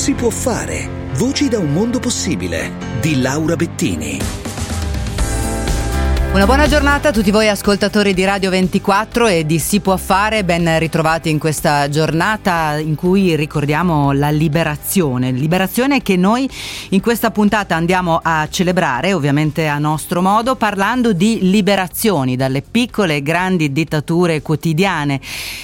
Si può fare. Voci da un mondo possibile di Laura Bettini. Una buona giornata a tutti voi ascoltatori di Radio 24 e di Si può fare, ben ritrovati in questa giornata in cui ricordiamo la liberazione che noi in questa puntata andiamo a celebrare, ovviamente a nostro modo, parlando di liberazioni dalle piccole e grandi dittature quotidiane,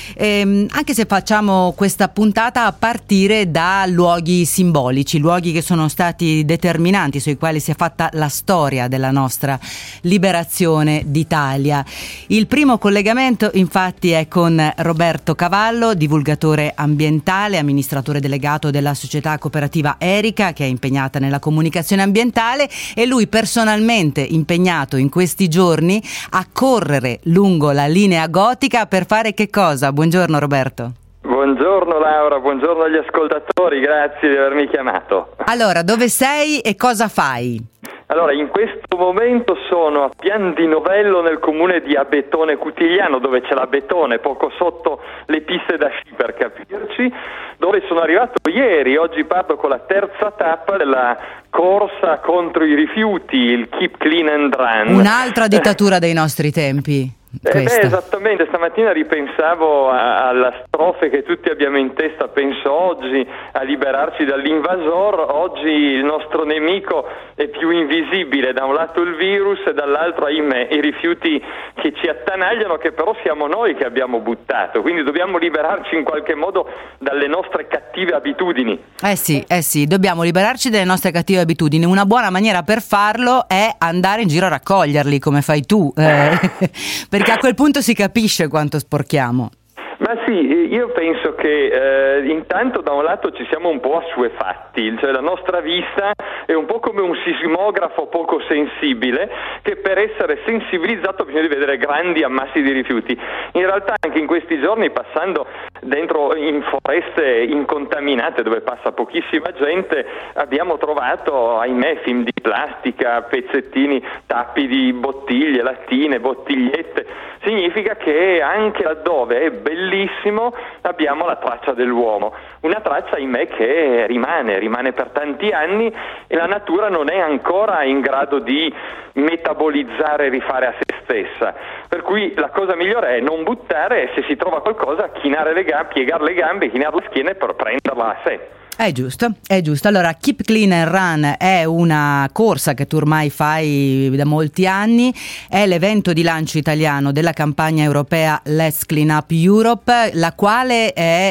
anche se facciamo questa puntata a partire da luoghi simbolici, luoghi che sono stati determinanti, sui quali si è fatta la storia della nostra liberazione d'Italia. Il primo collegamento infatti è con Roberto Cavallo, divulgatore ambientale, amministratore delegato della società cooperativa Erica, che è impegnata nella comunicazione ambientale, e lui personalmente impegnato in questi giorni a correre lungo la linea gotica per fare che cosa? Buongiorno Roberto. Buongiorno Laura, buongiorno agli ascoltatori, grazie di avermi chiamato. Allora, dove sei e cosa fai? Allora, in questo momento sono a Pian di Novello nel comune di Abetone Cutigliano, dove c'è l'Abetone, poco sotto le piste da sci per capirci, dove sono arrivato ieri. Oggi parto con la terza tappa della corsa contro i rifiuti, il Keep Clean and Run. Un'altra dittatura dei nostri tempi. Esattamente, stamattina ripensavo alla strofe che tutti abbiamo in testa, penso oggi a liberarci dall'invasor. Oggi il nostro nemico è più invisibile, da un lato il virus e dall'altro, ahimè, i rifiuti che ci attanagliano, che però siamo noi che abbiamo buttato, quindi dobbiamo liberarci in qualche modo dalle nostre cattive abitudini. Sì, dobbiamo liberarci dalle nostre cattive abitudini. Una buona maniera per farlo è andare in giro a raccoglierli, come fai tu, perché a quel punto si capisce quanto sporchiamo. Ma sì, io penso che intanto da un lato ci siamo un po' assuefatti, cioè la nostra vista è un po' come un sismografo poco sensibile, che per essere sensibilizzato bisogna vedere grandi ammassi di rifiuti. In realtà anche in questi giorni, passando dentro in foreste incontaminate dove passa pochissima gente, abbiamo trovato, ahimè, film di plastica, pezzettini, tappi di bottiglie, lattine, bottigliette. Significa che anche laddove è bellissimo abbiamo la traccia dell'uomo, una traccia, ahimè, che rimane per tanti anni, e la natura non è ancora in grado di metabolizzare e rifare a se stessa, per cui la cosa migliore è non buttare, e se si trova qualcosa piegare le gambe, chinare la schiena per prenderla a sé. È giusto. Allora, Keep Clean and Run è una corsa che tu ormai fai da molti anni, è l'evento di lancio italiano della campagna europea Let's Clean Up Europe, la quale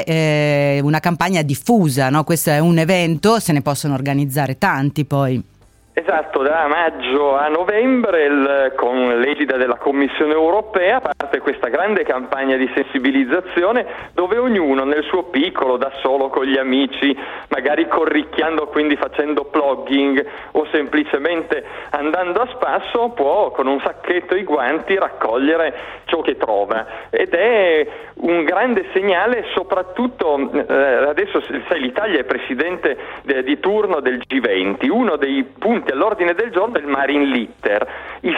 è una campagna diffusa, no? Questo è un evento, se ne possono organizzare tanti poi. Esatto, da maggio a novembre con l'egida della Commissione europea parte questa grande campagna di sensibilizzazione, dove ognuno nel suo piccolo, da solo, con gli amici, magari corricchiando, quindi facendo plugging o semplicemente andando a spasso, può con un sacchetto e i guanti raccogliere ciò che trova, ed è un grande segnale. Soprattutto adesso, sai, l'Italia è presidente di turno del G20, uno dei punti all'ordine del giorno è il marine litter. Il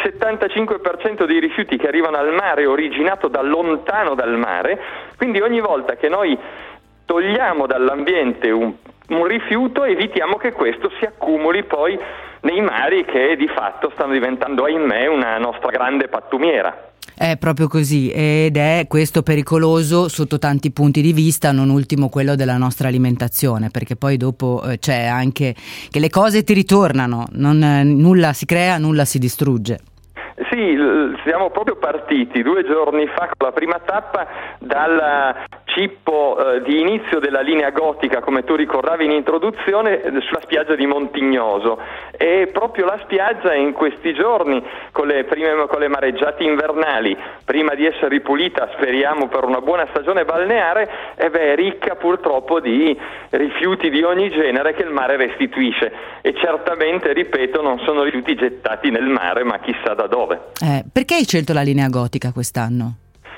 75% dei rifiuti che arrivano al mare è originato da lontano dal mare, quindi ogni volta che noi togliamo dall'ambiente un rifiuto evitiamo che questo si accumuli poi nei mari, che di fatto stanno diventando, ahimè, una nostra grande pattumiera. È proprio così, ed è questo pericoloso sotto tanti punti di vista, non ultimo quello della nostra alimentazione, perché poi dopo c'è anche che le cose ti ritornano, nulla si crea, nulla si distrugge. Sì, siamo proprio partiti 2 giorni fa con la prima tappa dal cippo di inizio della linea gotica, come tu ricordavi in introduzione, sulla spiaggia di Montignoso, e proprio la spiaggia in questi giorni con le mareggiate invernali, prima di essere ripulita, speriamo, per una buona stagione balneare, è ricca purtroppo di rifiuti di ogni genere che il mare restituisce, e certamente, ripeto, non sono rifiuti gettati nel mare, ma chissà da dove. Perché hai scelto la linea gotica quest'anno?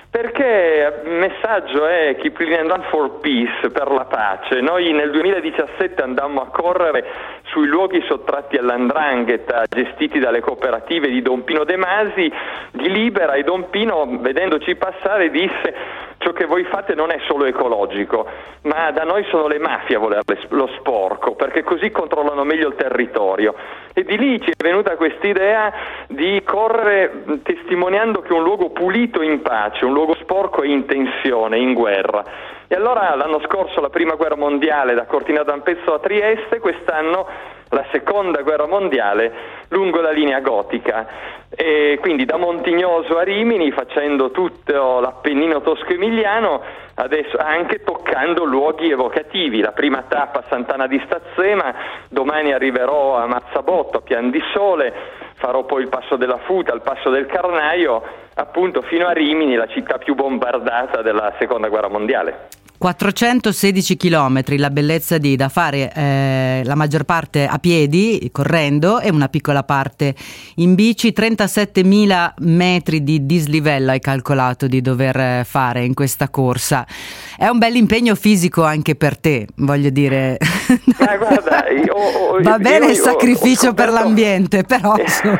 Perché il messaggio è Keep Clean and Run for Peace, per la pace. Noi nel 2017 andammo a correre sui luoghi sottratti all''ndrangheta, gestiti dalle cooperative di Don Pino De Masi, di Libera, e Don Pino, vedendoci passare, disse: ciò che voi fate non è solo ecologico, ma da noi sono le mafie a voler lo sporco, perché così controllano meglio il territorio. E di lì ci è venuta quest'idea di correre testimoniando che un luogo pulito è in pace, un luogo sporco è in tensione, in guerra. E allora l'anno scorso la prima guerra mondiale da Cortina d'Ampezzo a Trieste, quest'anno la seconda guerra mondiale lungo la linea gotica, e quindi da Montignoso a Rimini, facendo tutto l'Appennino tosco-emiliano, adesso anche toccando luoghi evocativi. La prima tappa a Sant'Anna di Stazzema, domani arriverò a Mazzabotto, a Pian di Sole, farò poi il Passo della Futa, il Passo del Carnaio, appunto fino a Rimini, la città più bombardata della seconda guerra mondiale. 416 chilometri, la bellezza da fare la maggior parte a piedi, correndo, e una piccola parte in bici. 37.000 metri di dislivello hai calcolato di dover fare in questa corsa. È un bel impegno fisico anche per te, voglio dire. Guarda, va bene il sacrificio per l'ambiente, però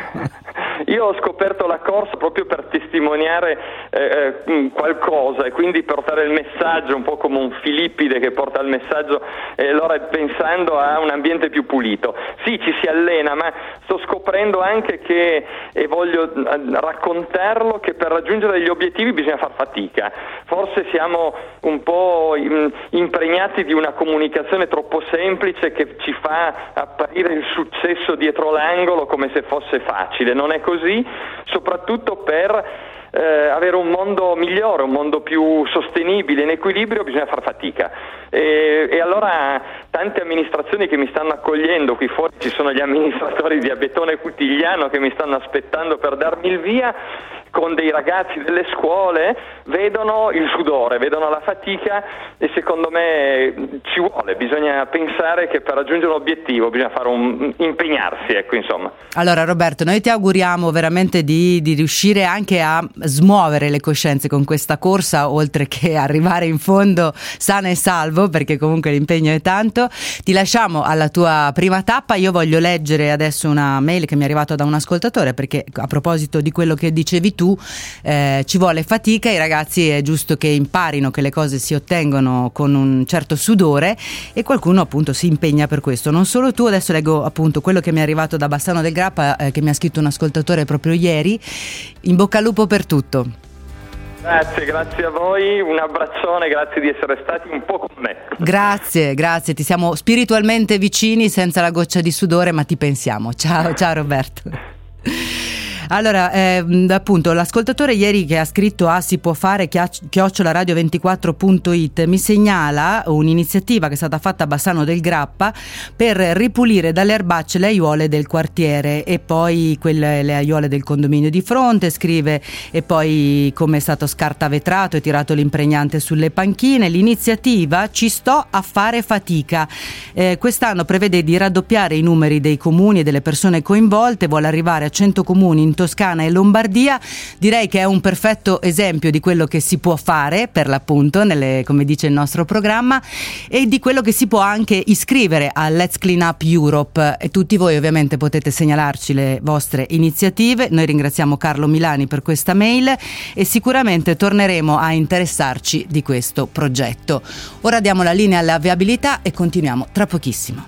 io ho scoperto la corsa proprio per testimoniare qualcosa, e quindi portare il messaggio, un po' come un Filippide che porta il messaggio, allora pensando a un ambiente più pulito. Sì, ci si allena, ma sto scoprendo anche che, e voglio raccontarlo, che per raggiungere degli obiettivi bisogna far fatica. Forse siamo un po' impregnati di una comunicazione troppo semplice che ci fa apparire il successo dietro l'angolo come se fosse facile. Non è così, soprattutto per avere un mondo migliore, un mondo più sostenibile, in equilibrio, bisogna far fatica. E allora tante amministrazioni che mi stanno accogliendo, qui fuori ci sono gli amministratori di Abetone Cutigliano che mi stanno aspettando per darmi il via, con dei ragazzi delle scuole, vedono il sudore, vedono la fatica, e secondo me ci vuole, bisogna pensare che per raggiungere un obiettivo bisogna fare impegnarsi, ecco, insomma. Allora Roberto, noi ti auguriamo veramente di riuscire anche a smuovere le coscienze con questa corsa, oltre che arrivare in fondo sana e salvo, perché comunque l'impegno è tanto. Ti lasciamo alla tua prima tappa. Io voglio leggere adesso una mail che mi è arrivata da un ascoltatore, perché a proposito di quello che dicevi tu, ci vuole fatica, i ragazzi è giusto che imparino che le cose si ottengono con un certo sudore, e qualcuno appunto si impegna per questo. Non solo tu, adesso leggo appunto quello che mi è arrivato da Bassano del Grappa, che mi ha scritto un ascoltatore proprio ieri. In bocca al lupo per tutto. Grazie a voi, un abbraccione, grazie di essere stati un po' con me. Grazie, ti siamo spiritualmente vicini, senza la goccia di sudore, ma ti pensiamo. Ciao Roberto. Allora, appunto, l'ascoltatore ieri che ha scritto a si può fare @radio24.it mi segnala un'iniziativa che è stata fatta a Bassano del Grappa per ripulire dalle erbacce le aiuole del quartiere e poi le aiuole del condominio di fronte. Scrive: e poi come è stato scartavetrato e tirato l'impregnante sulle panchine. L'iniziativa "Ci sto a fare fatica". Quest'anno prevede di raddoppiare i numeri dei comuni e delle persone coinvolte, vuole arrivare a 100 comuni in Toscana e Lombardia. Direi che è un perfetto esempio di quello che si può fare, per l'appunto, come dice il nostro programma, e di quello che si può anche iscrivere a Let's Clean Up Europe. E tutti voi ovviamente potete segnalarci le vostre iniziative. Noi ringraziamo Carlo Milani per questa mail e sicuramente torneremo a interessarci di questo progetto. Ora diamo la linea alla viabilità e continuiamo tra pochissimo.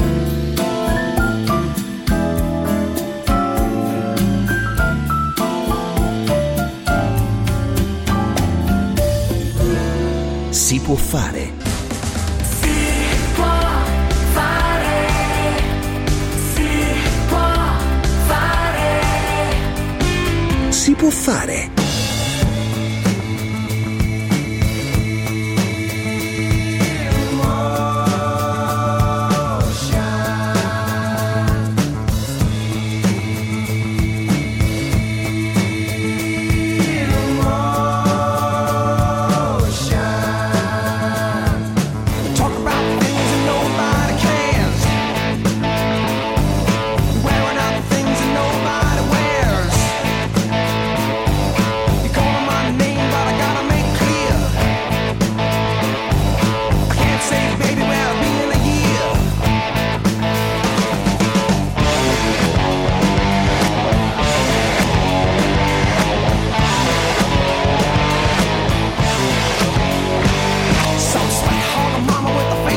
Si può fare. Si può fare. Si può fare. Si può fare.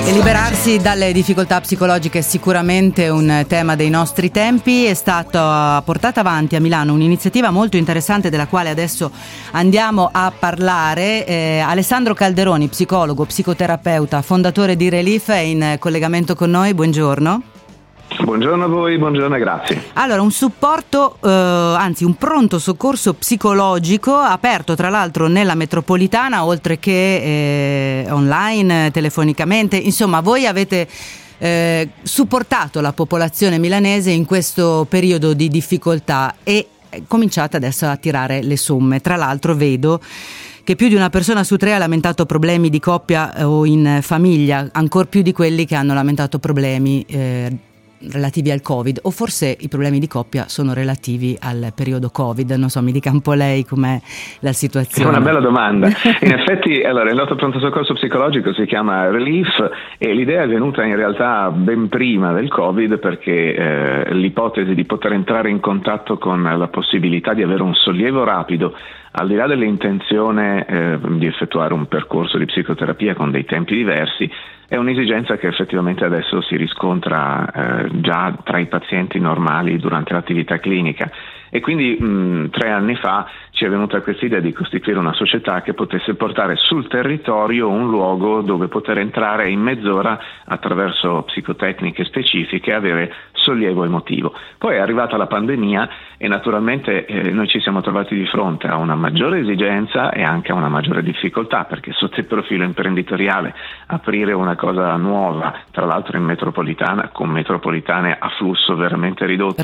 E liberarsi dalle difficoltà psicologiche è sicuramente un tema dei nostri tempi. È stata portata avanti a Milano un'iniziativa molto interessante della quale adesso andiamo a parlare. Alessandro Calderoni, psicologo, psicoterapeuta, fondatore di Relief, è in collegamento con noi. Buongiorno. Buongiorno a voi, buongiorno e grazie. Allora, un supporto, anzi un pronto soccorso psicologico aperto tra l'altro nella metropolitana, oltre che online, telefonicamente. Insomma, voi avete supportato la popolazione milanese in questo periodo di difficoltà e cominciate adesso a tirare le somme. Tra l'altro vedo che più di una persona su 3 ha lamentato problemi di coppia o in famiglia, ancor più di quelli che hanno lamentato problemi relativi al Covid, o forse i problemi di coppia sono relativi al periodo Covid. Non so, mi dica un po' lei com'è la situazione. È una bella domanda. In effetti, allora, il nostro pronto soccorso psicologico si chiama Relief e l'idea è venuta in realtà ben prima del Covid, perché l'ipotesi di poter entrare in contatto con la possibilità di avere un sollievo rapido, al di là dell'intenzione di effettuare un percorso di psicoterapia con dei tempi diversi, è un'esigenza che effettivamente adesso si riscontra già tra i pazienti normali durante l'attività clinica. E quindi 3 anni fa ci è venuta questa idea di costituire una società che potesse portare sul territorio un luogo dove poter entrare in mezz'ora attraverso psicotecniche specifiche e avere sollievo emotivo. Poi è arrivata la pandemia e naturalmente noi ci siamo trovati di fronte a una maggiore esigenza e anche a una maggiore difficoltà, perché sotto il profilo imprenditoriale aprire una cosa nuova, tra l'altro in metropolitana, con metropolitane a flusso veramente ridotto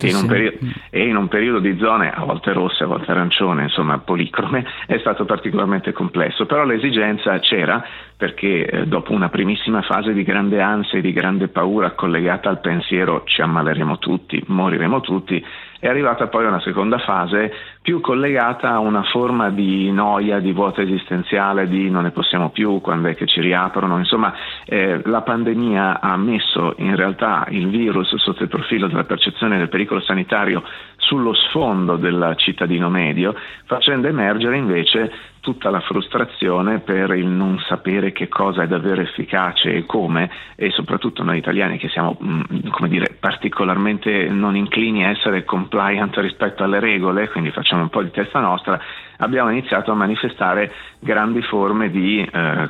e in un periodo di zone a volte rosse, a volte arancione, insomma policrome, è stato particolarmente complesso. Però l'esigenza c'era, perché dopo una primissima fase di grande ansia e di grande paura collegata al pensiero ci ammaleremo tutti, moriremo tutti, è arrivata poi una seconda fase più collegata a una forma di noia, di vuoto esistenziale, di non ne possiamo più, quando è che ci riaprono. Insomma, la pandemia ha messo in realtà il virus sotto il profilo della percezione del pericolo sanitario sullo sfondo del cittadino medio, facendo emergere invece tutta la frustrazione per il non sapere che cosa è davvero efficace e come, e soprattutto noi italiani che siamo particolarmente non inclini a essere compliant rispetto alle regole, quindi facciamo un po' di testa nostra, abbiamo iniziato a manifestare grandi forme di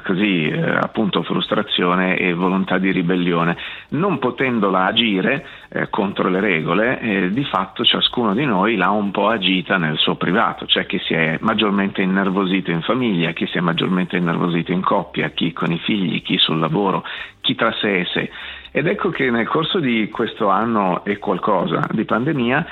appunto frustrazione e volontà di ribellione. Non potendola agire contro le regole, di fatto ciascuno di noi l'ha un po' agita nel suo privato, cioè chi si è maggiormente innervosito in famiglia, chi si è maggiormente innervosito in coppia, chi con i figli, chi sul lavoro, chi tra sé e sé. Ed ecco che nel corso di questo anno e qualcosa di pandemia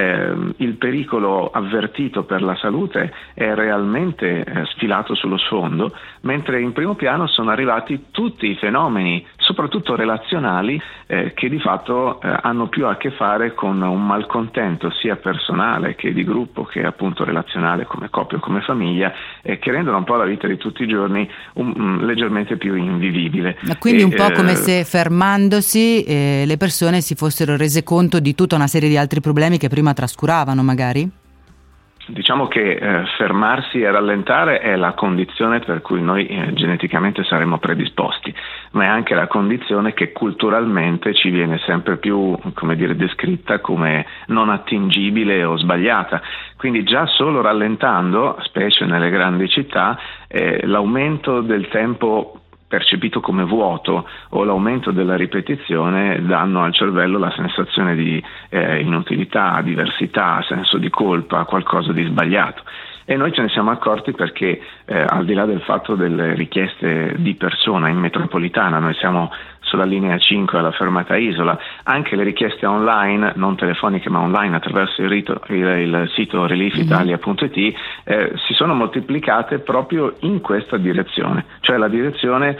il pericolo avvertito per la salute è realmente sfilato sullo sfondo, mentre in primo piano sono arrivati tutti i fenomeni, soprattutto relazionali, che di fatto hanno più a che fare con un malcontento sia personale che di gruppo, che appunto relazionale come coppia o come famiglia, che rendono un po' la vita di tutti i giorni leggermente più invivibile. Quindi un po' come se fermandosi le persone si fossero rese conto di tutta una serie di altri problemi che prima trascuravano magari? Diciamo che fermarsi e rallentare è la condizione per cui noi geneticamente saremo predisposti, ma è anche la condizione che culturalmente ci viene sempre più, descritta come non attingibile o sbagliata. Quindi già solo rallentando, specie nelle grandi città, l'aumento del tempo percepito come vuoto o l'aumento della ripetizione danno al cervello la sensazione di inutilità, diversità, senso di colpa, qualcosa di sbagliato. E noi ce ne siamo accorti perché al di là del fatto delle richieste di persona in metropolitana, noi siamo sulla linea 5 alla fermata Isola, anche le richieste online, non telefoniche ma online attraverso il sito reliefitalia.it si sono moltiplicate proprio in questa direzione, cioè la direzione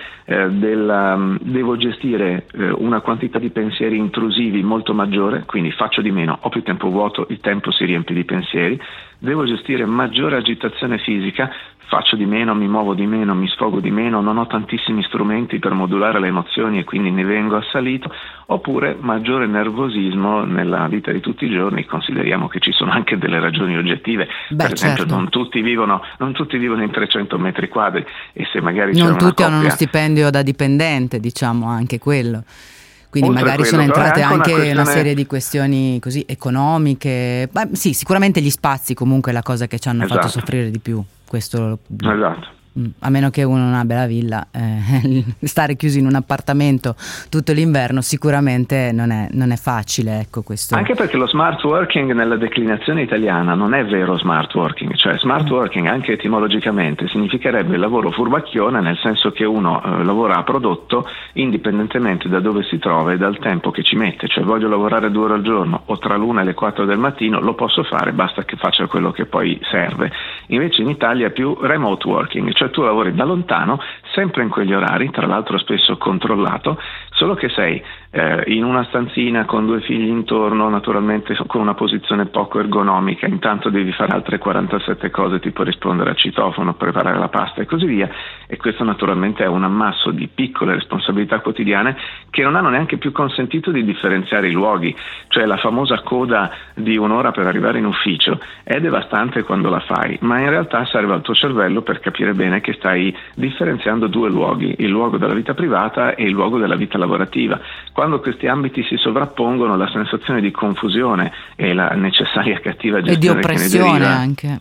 devo gestire una quantità di pensieri intrusivi molto maggiore, quindi faccio di meno, ho più tempo vuoto, il tempo si riempie di pensieri, devo gestire maggiore agitazione fisica, faccio di meno, mi muovo di meno, mi sfogo di meno, non ho tantissimi strumenti per modulare le emozioni e quindi quindi ne vengo assalito, oppure maggiore nervosismo nella vita di tutti i giorni. Consideriamo che ci sono anche delle ragioni oggettive. Per esempio, certo. non tutti vivono in 300 metri quadri, e se magari c'è non una tutti hanno coppia, uno stipendio da dipendente, diciamo, anche quello. Quindi oltre magari quello, sono però è entrate anche anche una una serie di questioni così economiche. Beh, sì, sicuramente gli spazi comunque è la cosa che ci hanno fatto Esatto. soffrire di più. Questo Esatto. a meno che uno non abbia la villa, stare chiusi in un appartamento tutto l'inverno sicuramente non è facile, ecco questo. Anche perché lo smart working nella declinazione italiana non è vero smart working, cioè smart working anche etimologicamente significherebbe lavoro furbacchione, nel senso che uno lavora a prodotto indipendentemente da dove si trova e dal tempo che ci mette. Cioè, voglio lavorare 2 ore al giorno o tra l'1 e le 4 del mattino, lo posso fare, basta che faccia quello che poi serve. Invece in Italia è più remote working, cioè tu lavori da lontano, sempre in quegli orari, tra l'altro spesso controllato, solo che sei in una stanzina con 2 figli intorno, naturalmente con una posizione poco ergonomica, intanto devi fare altre 47 cose, tipo rispondere al citofono, preparare la pasta e così via, e questo naturalmente è un ammasso di piccole responsabilità quotidiane che non hanno neanche più consentito di differenziare i luoghi. Cioè, la famosa coda di 1 ora per arrivare in ufficio è devastante quando la fai, ma in realtà serve al tuo cervello per capire bene che stai differenziando 2 luoghi, il luogo della vita privata e il luogo della vita lavorativa. Quando questi ambiti si sovrappongono, la sensazione di confusione e la necessaria cattiva gestione e di oppressione che ne deriva, anche.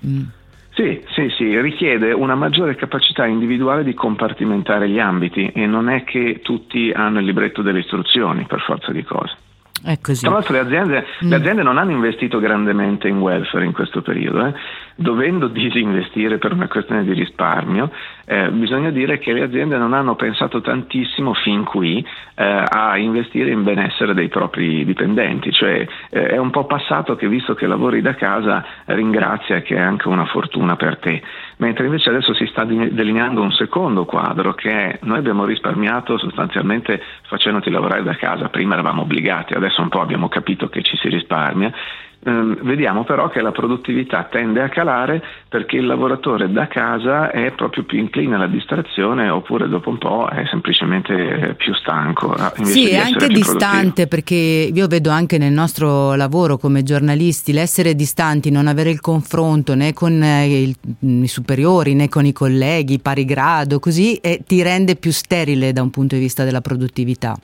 Sì, richiede una maggiore capacità individuale di compartimentare gli ambiti, e non è che tutti hanno il libretto delle istruzioni per forza di cose. È così. Tra l'altro le aziende non hanno investito grandemente in welfare in questo periodo, dovendo disinvestire per una questione di risparmio. Bisogna dire che le aziende non hanno pensato tantissimo fin qui a investire in benessere dei propri dipendenti, cioè è un po' passato che, visto che lavori da casa, ringrazia, che è anche una fortuna per te. Mentre invece adesso si sta delineando un secondo quadro, che è: noi abbiamo risparmiato sostanzialmente facendoti lavorare da casa, prima eravamo obbligati, adesso un po' abbiamo capito che ci si risparmia. Vediamo però che la produttività tende a calare perché il lavoratore da casa è proprio più incline alla distrazione, oppure dopo un po' è semplicemente più stanco. Sì, è anche distante, perché io vedo anche nel nostro lavoro come giornalisti l'essere distanti, non avere il confronto né con i superiori né con i colleghi pari grado, così, ti rende più sterile da un punto di vista della produttività.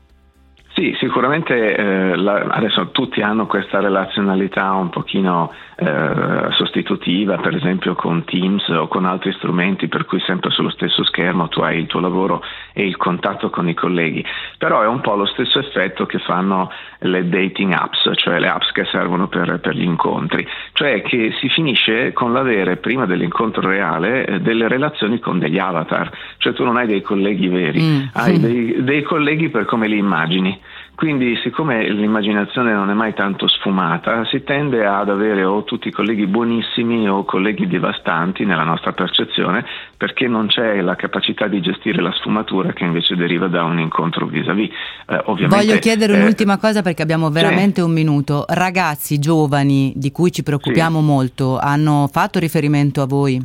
Sì, sicuramente adesso tutti hanno questa relazionalità un pochino sostitutiva, per esempio con Teams o con altri strumenti, per cui sempre sullo stesso schermo tu hai il tuo lavoro e il contatto con i colleghi, però è un po' lo stesso effetto che fanno le dating apps, cioè le apps che servono per gli incontri, cioè che si finisce con l'avere, prima dell'incontro reale, delle relazioni con degli avatar, cioè tu non hai dei colleghi veri, hai dei colleghi per come li immagini. Quindi, siccome l'immaginazione non è mai tanto sfumata, si tende ad avere o tutti colleghi buonissimi o colleghi devastanti nella nostra percezione, perché non c'è la capacità di gestire la sfumatura che invece deriva da un incontro vis-à-vis. Ovviamente, voglio chiedere un'ultima cosa, perché abbiamo veramente un minuto. Ragazzi giovani di cui ci preoccupiamo molto, hanno fatto riferimento a voi?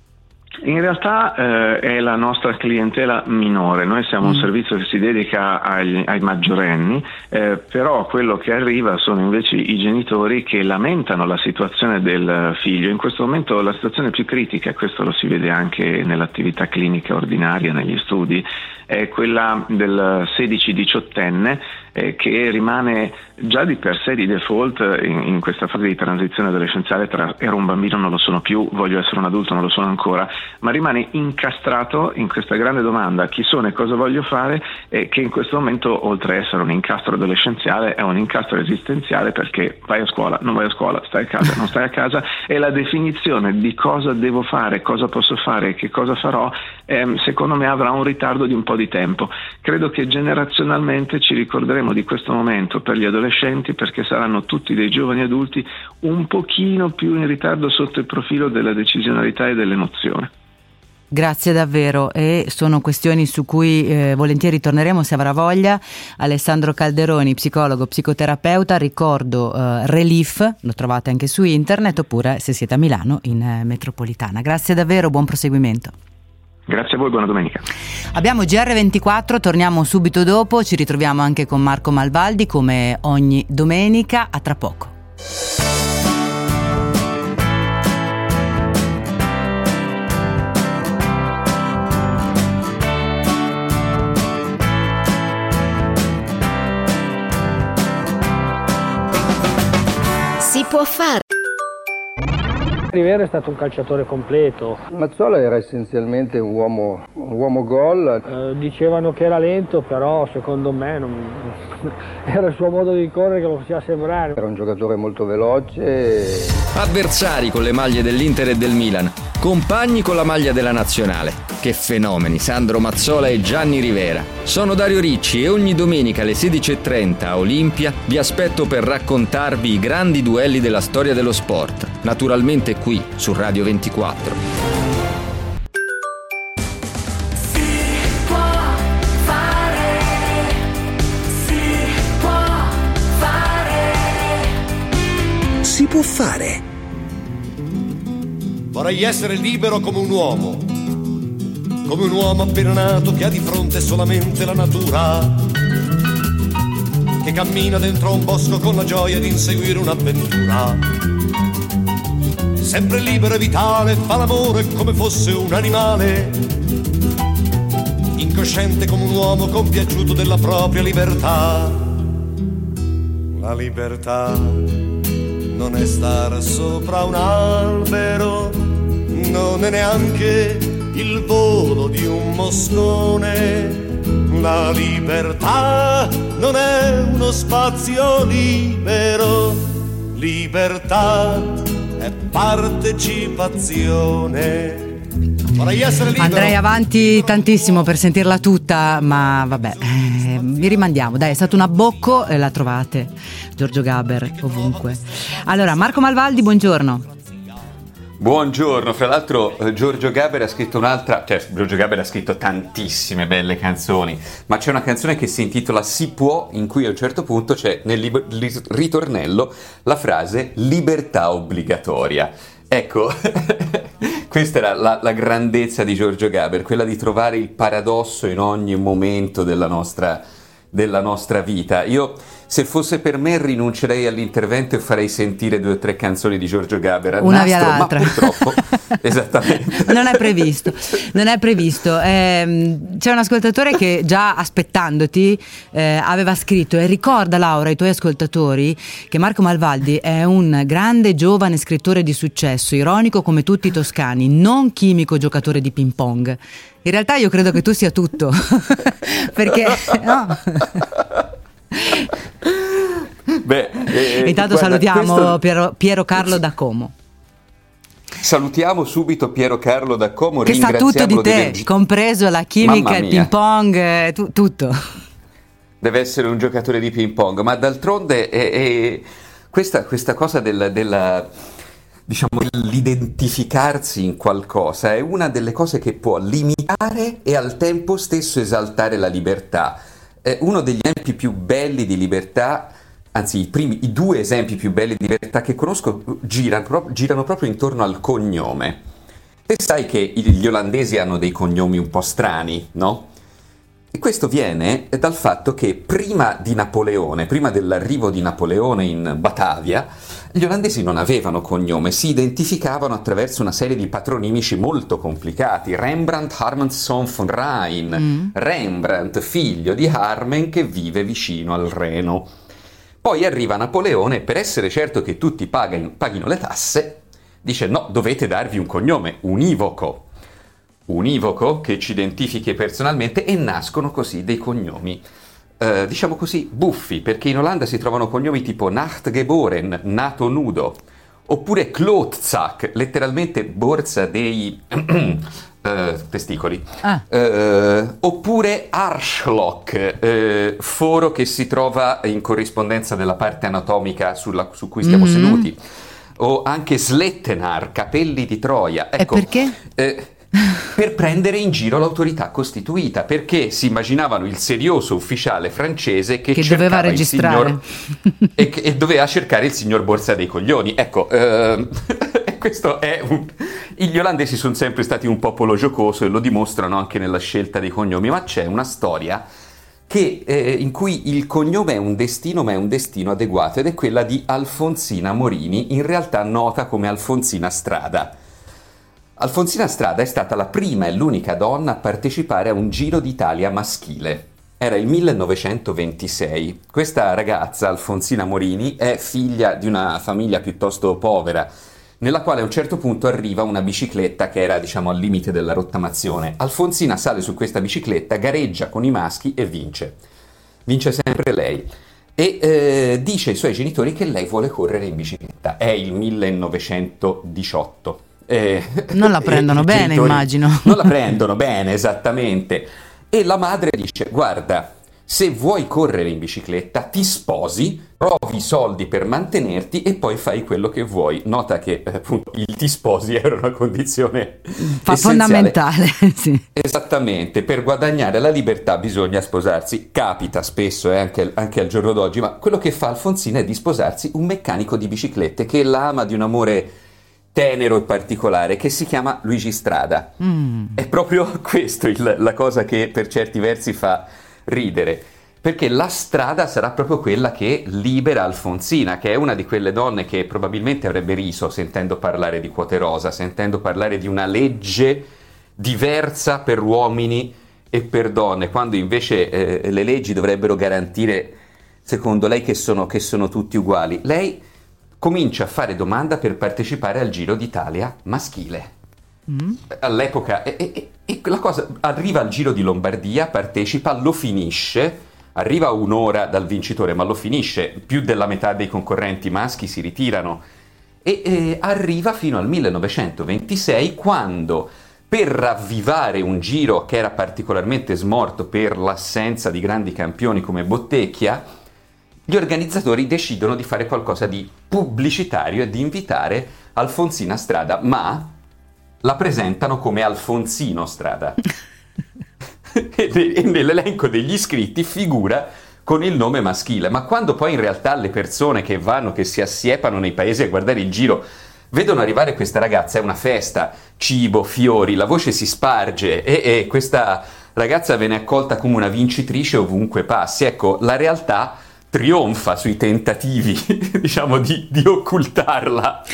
In realtà è la nostra clientela minore, noi siamo un servizio che si dedica ai maggiorenni, però quello che arriva sono invece i genitori che lamentano la situazione del figlio. In questo momento la situazione più critica, questo lo si vede anche nell'attività clinica ordinaria, negli studi, è quella del 16-18enne che rimane già di per sé di default in questa fase di transizione adolescenziale tra ero un bambino, non lo sono più, voglio essere un adulto, non lo sono ancora, ma rimane incastrato in questa grande domanda: chi sono e cosa voglio fare, che in questo momento, oltre a essere un incastro adolescenziale, è un incastro esistenziale, perché vai a scuola, non vai a scuola, stai a casa, non stai a casa, e la definizione di cosa devo fare, cosa posso fare e che cosa farò, secondo me avrà un ritardo di un po' di tempo. Credo che generazionalmente ci ricorderemo di questo momento per gli adolescenti, perché saranno tutti dei giovani adulti un pochino più in ritardo sotto il profilo della decisionalità e dell'emozione. Grazie davvero, e sono questioni su cui volentieri torneremo se avrà voglia. Alessandro Calderoni, psicologo, psicoterapeuta. Ricordo Relief, lo trovate anche su internet, oppure se siete a Milano in metropolitana. Grazie davvero, buon proseguimento. Grazie a voi, buona domenica. Abbiamo GR24, torniamo subito dopo, ci ritroviamo anche con Marco Malvaldi come ogni domenica, a tra poco. Si può fare. Rivera è stato un calciatore completo. Mazzola era essenzialmente un uomo gol. Dicevano che era lento, però secondo me era il suo modo di correre che lo faceva sembrare. Era un giocatore molto veloce. Avversari con le maglie dell'Inter e del Milan, compagni con la maglia della Nazionale. Che fenomeni, Sandro Mazzola e Gianni Rivera. Sono Dario Ricci e ogni domenica alle 16:30 a Olimpia vi aspetto per raccontarvi i grandi duelli della storia dello sport. Naturalmente qui su Radio 24. Si può fare. Vorrei essere libero come un uomo appena nato che ha di fronte solamente la natura, che cammina dentro un bosco con la gioia di inseguire un'avventura. Sempre libero e vitale, fa l'amore come fosse un animale, incosciente come un uomo compiaciuto della propria libertà. La libertà non è stare sopra un albero, non è neanche il volo di un moscone. La libertà non è uno spazio libero, libertà è partecipazione. Vorrei essere libero. Andrei avanti tantissimo per sentirla tutta, ma vabbè, vi rimandiamo. Dai, è stato un abbocco e la trovate. Giorgio Gaber ovunque. Allora, Marco Malvaldi, buongiorno. Buongiorno, fra l'altro Giorgio Gaber ha scritto Giorgio Gaber ha scritto tantissime belle canzoni, ma c'è una canzone che si intitola Si può, in cui a un certo punto c'è nel ritornello la frase libertà obbligatoria. Ecco, questa era la grandezza di Giorgio Gaber, quella di trovare il paradosso in ogni momento della nostra vita. Io, se fosse per me, rinuncerei all'intervento e farei sentire 2 o 3 canzoni di Giorgio Gaber al una nastro, via l'altra. ma purtroppo esattamente non è previsto. C'è un ascoltatore che già aspettandoti aveva scritto: e ricorda, Laura, ai tuoi ascoltatori che Marco Malvaldi è un grande giovane scrittore di successo, ironico come tutti i toscani, non chimico giocatore di ping pong. In realtà io credo che tu sia tutto perché no. Intanto salutiamo Piero Carlo da Como. Salutiamo subito Piero Carlo da Como, che sa tutto di te, compreso la chimica, il ping pong, tutto. Deve essere un giocatore di ping pong, ma d'altronde questa cosa della diciamo, l'identificarsi in qualcosa è una delle cose che può limitare e al tempo stesso esaltare la libertà. Uno degli esempi più belli di libertà, anzi i 2 esempi più belli di libertà che conosco girano proprio intorno al cognome. Te sai che gli olandesi hanno dei cognomi un po' strani, no? E questo viene dal fatto che prima dell'arrivo di Napoleone in Batavia, gli olandesi non avevano cognome, si identificavano attraverso una serie di patronimici molto complicati. Rembrandt Harmansson von Rijn, Rembrandt, figlio di Harmen che vive vicino al Reno. Poi arriva Napoleone e, per essere certo che tutti paghino le tasse, dice no, dovete darvi un cognome univoco che ci identifichi personalmente, e nascono così dei cognomi diciamo così buffi, perché in Olanda si trovano cognomi tipo Nachtgeboren, nato nudo, oppure Klootzak, letteralmente borsa dei testicoli, oppure Arschloch, foro che si trova in corrispondenza della parte anatomica su cui stiamo seduti, o anche Slettenar, capelli di Troia. Ecco, e perché? Per prendere in giro l'autorità costituita, perché si immaginavano il serioso ufficiale francese che doveva registrare e doveva cercare il signor Borsa dei Coglioni. Ecco, questo è Gli olandesi sono sempre stati un popolo giocoso e lo dimostrano anche nella scelta dei cognomi, ma c'è una storia in cui il cognome è un destino, ma è un destino adeguato, ed è quella di Alfonsina Morini, in realtà nota come Alfonsina Strada. Alfonsina Strada è stata la prima e l'unica donna a partecipare a un Giro d'Italia maschile. Era il 1926. Questa ragazza, Alfonsina Morini, è figlia di una famiglia piuttosto povera, nella quale a un certo punto arriva una bicicletta che era, diciamo, al limite della rottamazione. Alfonsina sale su questa bicicletta, gareggia con i maschi e vince. Vince sempre lei. E dice ai suoi genitori che lei vuole correre in bicicletta. È il 1918. Non la prendono bene, immagino. Non la prendono bene, esattamente. E la madre dice: guarda, se vuoi correre in bicicletta ti sposi, trovi i soldi per mantenerti e poi fai quello che vuoi. Nota che appunto il ti sposi era una condizione fondamentale. Sì. Esattamente, per guadagnare la libertà bisogna sposarsi. Capita spesso, anche al giorno d'oggi, ma quello che fa Alfonsina è di sposarsi un meccanico di biciclette che la ama di un amore tenero e particolare, che si chiama Luigi Strada. È proprio questo la cosa che per certi versi fa ridere, perché la Strada sarà proprio quella che libera Alfonsina, che è una di quelle donne che probabilmente avrebbe riso sentendo parlare di quote rosa, sentendo parlare di una legge diversa per uomini e per donne, quando invece le leggi dovrebbero garantire, secondo lei, che sono tutti uguali. Lei comincia a fare domanda per partecipare al Giro d'Italia maschile. All'epoca la cosa arriva al Giro di Lombardia, partecipa, lo finisce, arriva a un'ora dal vincitore, ma lo finisce, più della metà dei concorrenti maschi si ritirano, e arriva fino al 1926, quando, per ravvivare un Giro che era particolarmente smorto per l'assenza di grandi campioni come Bottecchia, gli organizzatori decidono di fare qualcosa di pubblicitario e di invitare Alfonsina Strada, ma la presentano come Alfonsino Strada. E nell'elenco degli iscritti figura con il nome maschile, ma quando poi in realtà le persone che si assiepano nei paesi a guardare il Giro vedono arrivare questa ragazza, è una festa, cibo, fiori, la voce si sparge e questa ragazza viene accolta come una vincitrice ovunque passi. Ecco, la realtà trionfa sui tentativi, diciamo, di occultarla,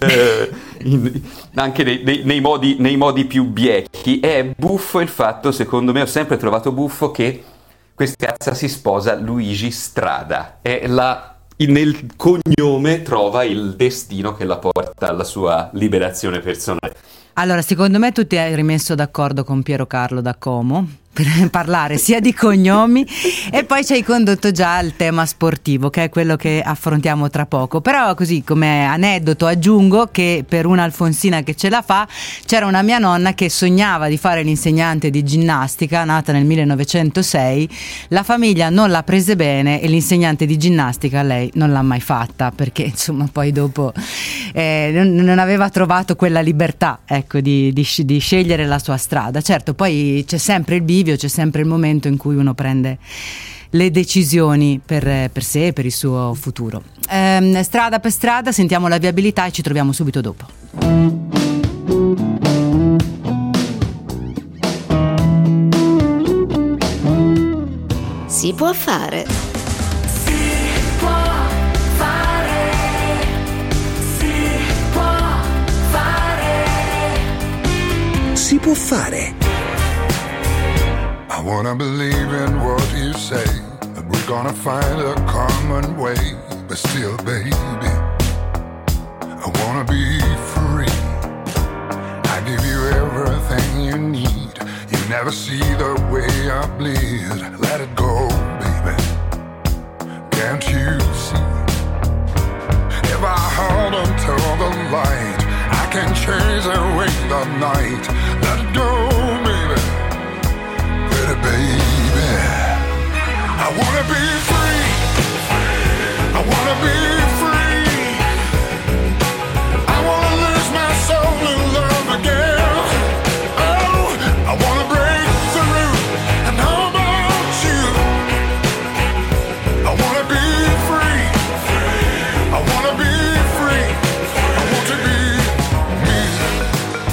anche nei modi più biechi. È buffo il fatto, secondo me, ho sempre trovato buffo che questa ragazza si sposa Luigi Strada, nel cognome trova il destino che la porta alla sua liberazione personale. Allora, secondo me tu ti hai rimesso d'accordo con Piero Carlo da Como per parlare sia di cognomi e poi ci hai condotto già al tema sportivo, che è quello che affrontiamo tra poco. Però così come aneddoto aggiungo che per una Alfonsina che ce la fa, c'era una mia nonna che sognava di fare l'insegnante di ginnastica, nata nel 1906. La famiglia non l'ha prese bene e l'insegnante di ginnastica lei non l'ha mai fatta, perché insomma poi dopo non aveva trovato quella libertà, ecco, di scegliere la sua strada. Certo, poi c'è sempre il bivio, c'è sempre il momento in cui uno prende le decisioni per sé e per il suo futuro. Strada per strada, sentiamo la viabilità e ci troviamo subito dopo. Si può fare. Si può fare. I wanna believe in what you say, that we're gonna find a common way, but still, baby, I wanna be free. I give you everything you need. You never see the way I bleed. Let it go, baby. Can't you see? If I hold until the light, I can chase away the night. Let it go, baby. Pretty baby, I wanna be free. I wanna be free. I wanna lose my soul in love again. Oh, I wanna break through. And how about you? I wanna be free. I wanna be free. I want to be me.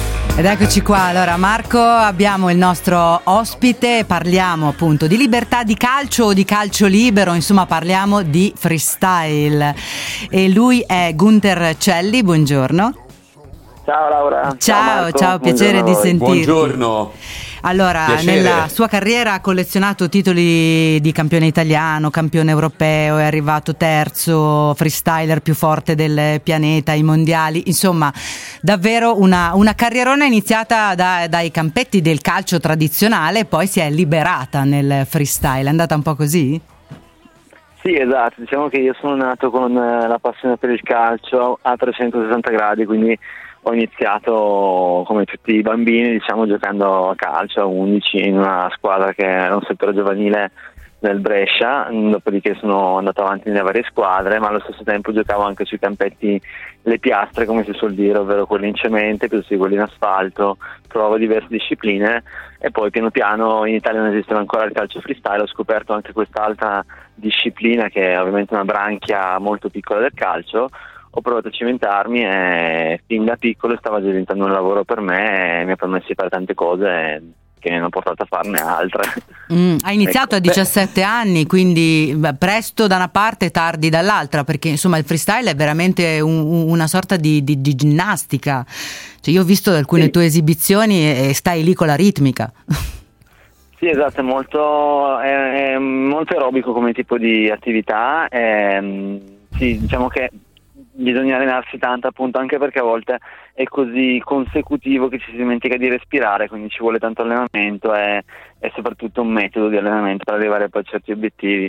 Ed eccoci qua, allora Marco, abbiamo il nostro ospite, parliamo appunto di libertà di calcio o di calcio libero, insomma parliamo di freestyle e lui è Gunther Celli, buongiorno. Ciao Laura. Ciao, piacere di sentirti. Buongiorno. Allora, piacere. Nella sua carriera ha collezionato titoli di campione italiano, campione europeo, è arrivato terzo, freestyler più forte del pianeta, ai mondiali, insomma davvero una carrierona iniziata dai campetti del calcio tradizionale, poi si è liberata nel freestyle, è andata un po' così? Sì, esatto, diciamo che io sono nato con la passione per il calcio a 360 gradi, quindi ho iniziato come tutti i bambini, diciamo, giocando a calcio a 11 in una squadra che era un settore giovanile del Brescia, dopodiché sono andato avanti nelle varie squadre, ma allo stesso tempo giocavo anche sui campetti le piastre, come si suol dire, ovvero quelli in cemento piuttosto che quelli in asfalto, provo diverse discipline e poi piano piano in Italia non esisteva ancora il calcio freestyle, ho scoperto anche quest'altra disciplina che è ovviamente una branchia molto piccola del calcio. Ho provato a cimentarmi e fin da piccolo stava già diventando un lavoro per me e mi ha permesso di fare tante cose che mi hanno portato a farne altre. Hai iniziato a 17 anni, quindi presto da una parte e tardi dall'altra, perché insomma il freestyle è veramente una sorta di ginnastica. Cioè, io ho visto alcune tue esibizioni e stai lì con la ritmica. Sì, esatto, è molto aerobico come tipo di attività. Sì, diciamo che bisogna allenarsi tanto, appunto, anche perché a volte è così consecutivo che ci si dimentica di respirare, quindi ci vuole tanto allenamento e soprattutto un metodo di allenamento per arrivare poi a certi obiettivi.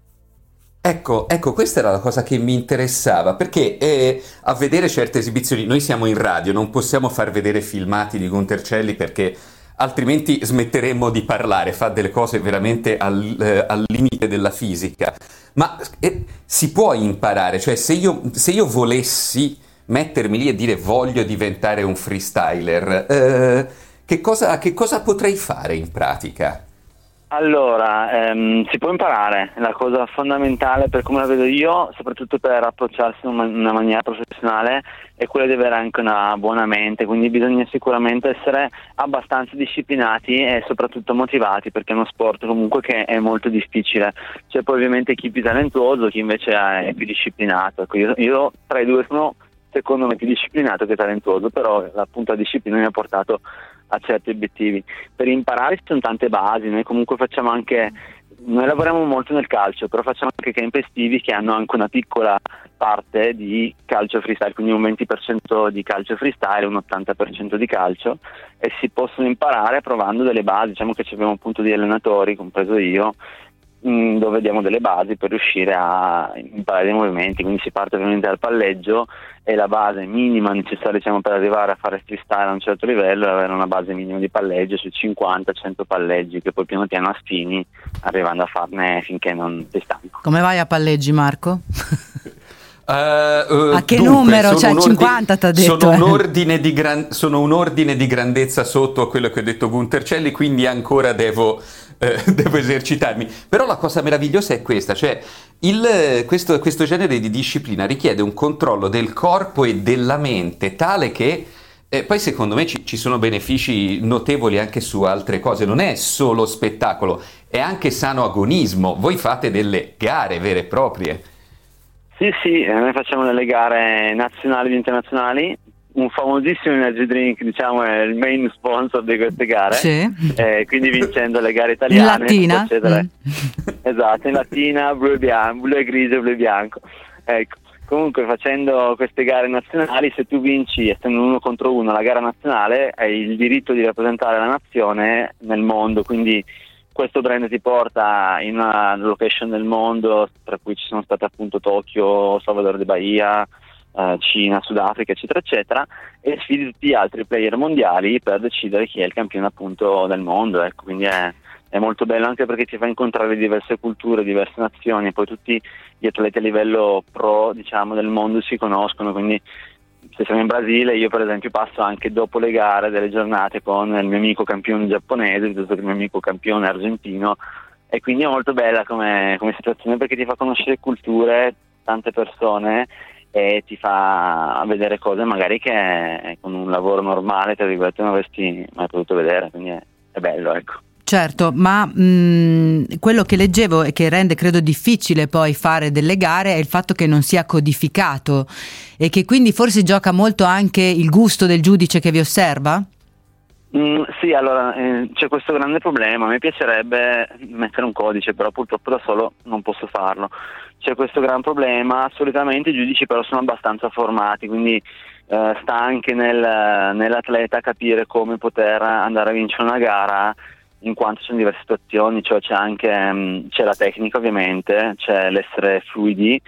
Ecco, questa era la cosa che mi interessava, perché a vedere certe esibizioni, noi siamo in radio, non possiamo far vedere filmati di Gunther Celli perché altrimenti smetteremmo di parlare, fa delle cose veramente al limite della fisica. Ma si può imparare, cioè se io volessi mettermi lì e dire voglio diventare un freestyler, che cosa potrei fare in pratica? Allora, si può imparare, la cosa fondamentale per come la vedo io, soprattutto per approcciarsi in una maniera professionale, è quella di avere anche una buona mente, quindi bisogna sicuramente essere abbastanza disciplinati e soprattutto motivati, perché è uno sport comunque che è molto difficile. C'è poi ovviamente chi è più talentuoso, chi invece è più disciplinato. Ecco, io tra i due sono secondo me più disciplinato che talentuoso, però appunto la disciplina mi ha portato a certi obiettivi. Per imparare ci sono tante basi, noi comunque noi lavoriamo molto nel calcio, però facciamo anche camp estivi che hanno anche una piccola parte di calcio freestyle, quindi un 20% di calcio freestyle, un 80% di calcio, e si possono imparare provando delle basi. Diciamo che abbiamo appunto degli allenatori, compreso io, dove diamo delle basi per riuscire a imparare dei movimenti, quindi si parte ovviamente dal palleggio e la base minima necessaria, diciamo, per arrivare a fare freestyle a un certo livello è avere una base minima di palleggio sui 50-100 palleggi, che poi piano piano affini, arrivando a farne finché non sei stanco. Come vai a palleggi, Marco? A che numero? Cioè 50 t'ha detto? Sono un ordine di grandezza sotto a quello che ho detto Gunther Celli, quindi ancora devo esercitarmi. Però la cosa meravigliosa è questa, cioè questo genere di disciplina richiede un controllo del corpo e della mente tale che poi secondo me ci sono benefici notevoli anche su altre cose. Non è solo spettacolo, è anche sano agonismo. Voi fate delle gare vere e proprie. Sì, noi facciamo delle gare nazionali ed internazionali. Un famosissimo energy drink, diciamo, è il main sponsor di queste gare. Sì. Quindi vincendo le gare italiane, in lattina. Esatto, in lattina, blu e grigio, blu e bianco. Ecco, comunque facendo queste gare nazionali, se tu vinci essendo 1 contro 1 la gara nazionale, hai il diritto di rappresentare la nazione nel mondo, quindi questo brand ti porta in una location del mondo, tra cui ci sono state appunto Tokyo, Salvador de Bahia, Cina, Sudafrica, eccetera eccetera, e sfidi tutti gli altri player mondiali per decidere chi è il campione appunto del mondo. Ecco, quindi è molto bello anche perché ti fa incontrare diverse culture, diverse nazioni, e poi tutti gli atleti a livello pro, diciamo, del mondo si conoscono, quindi se siamo in Brasile, io per esempio passo anche dopo le gare delle giornate con il mio amico campione giapponese piuttosto che il mio amico campione argentino, e quindi è molto bella come situazione perché ti fa conoscere culture, tante persone, e ti fa vedere cose magari che con un lavoro normale, tra virgolette, non avresti mai potuto vedere, quindi è bello, ecco. Certo, ma quello che leggevo e che rende credo difficile poi fare delle gare è il fatto che non sia codificato e che quindi forse gioca molto anche il gusto del giudice che vi osserva? Sì, allora c'è questo grande problema. A me piacerebbe mettere un codice, però purtroppo da solo non posso farlo. C'è questo gran problema. Solitamente i giudici però sono abbastanza formati, quindi sta anche nell'atleta capire come poter andare a vincere una gara, in quanto ci sono diverse situazioni, cioè c'è la tecnica ovviamente, c'è l'essere fluidi,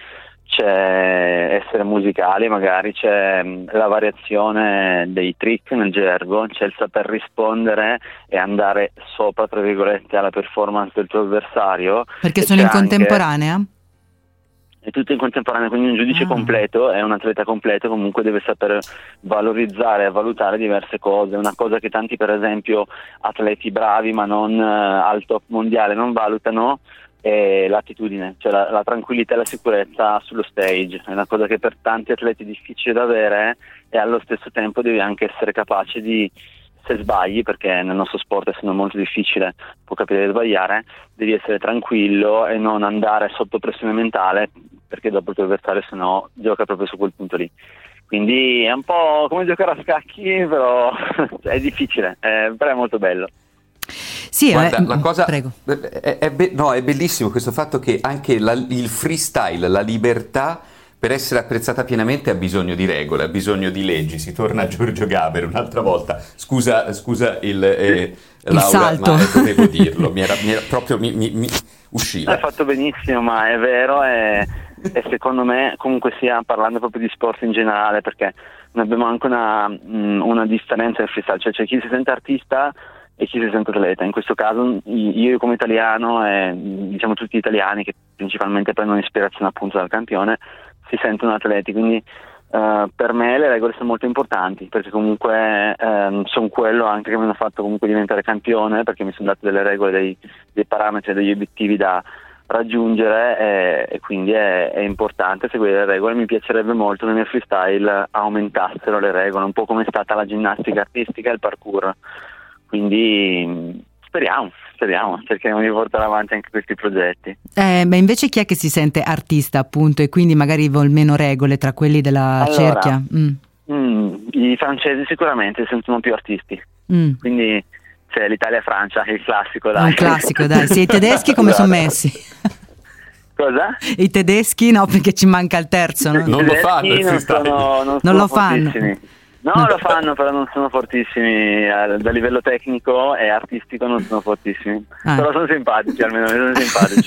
c'è essere musicali, magari c'è la variazione dei trick nel gergo, c'è il saper rispondere e andare sopra, tra virgolette, alla performance del tuo avversario. Perché sono in contemporanea? È tutto in contemporanea, quindi un giudice completo è un atleta completo, comunque deve saper valorizzare e valutare diverse cose. Una cosa che tanti, per esempio, atleti bravi ma non al top mondiale non valutano è l'attitudine, cioè la tranquillità e la sicurezza sullo stage. È una cosa che per tanti atleti è difficile da avere, e allo stesso tempo devi anche essere capace di, se sbagli, perché nel nostro sport essendo molto difficile può capire di sbagliare, devi essere tranquillo e non andare sotto pressione mentale, perché dopo il tuo avversario se no gioca proprio su quel punto lì. Quindi è un po' come giocare a scacchi, però è difficile, però è molto bello. Sì, guarda, la cosa prego. È bellissimo questo fatto che anche il freestyle, la libertà, per essere apprezzata pienamente ha bisogno di regole, ha bisogno di leggi. Si torna a Giorgio Gaber un'altra volta. Scusa il Laura, salto. ma dovevo dirlo, mi era proprio mi usciva. Hai fatto benissimo, ma è vero, e secondo me comunque sia, parlando proprio di sport in generale, perché noi abbiamo anche una differenza nel freestyle, cioè c'è chi si sente artista e chi si sente atleta. In questo caso io come italiano e diciamo tutti gli italiani che principalmente prendono ispirazione appunto dal campione si sentono atleti, quindi per me le regole sono molto importanti, perché comunque sono quello anche che mi hanno fatto comunque diventare campione, perché mi sono date delle regole, dei parametri, degli obiettivi da raggiungere, e quindi è importante seguire le regole. Mi piacerebbe molto che nel freestyle aumentassero le regole, un po' come è stata la ginnastica artistica e il parkour. Quindi speriamo, cerchiamo di portare avanti anche questi progetti. Beh, invece chi è che si sente artista appunto e quindi magari vuol meno regole tra quelli della cerchia? I francesi sicuramente si sentono più artisti, quindi c'è l'Italia e Francia, il classico, dai. Un classico, dai. Sì, i tedeschi come sono messi? Cosa? I tedeschi no, perché ci manca il terzo, no? Non lo fanno il freestyle. Non lo fanno. No, lo fanno, però non sono fortissimi, da livello tecnico e artistico non sono fortissimi, però sono simpatici, almeno sono simpatici.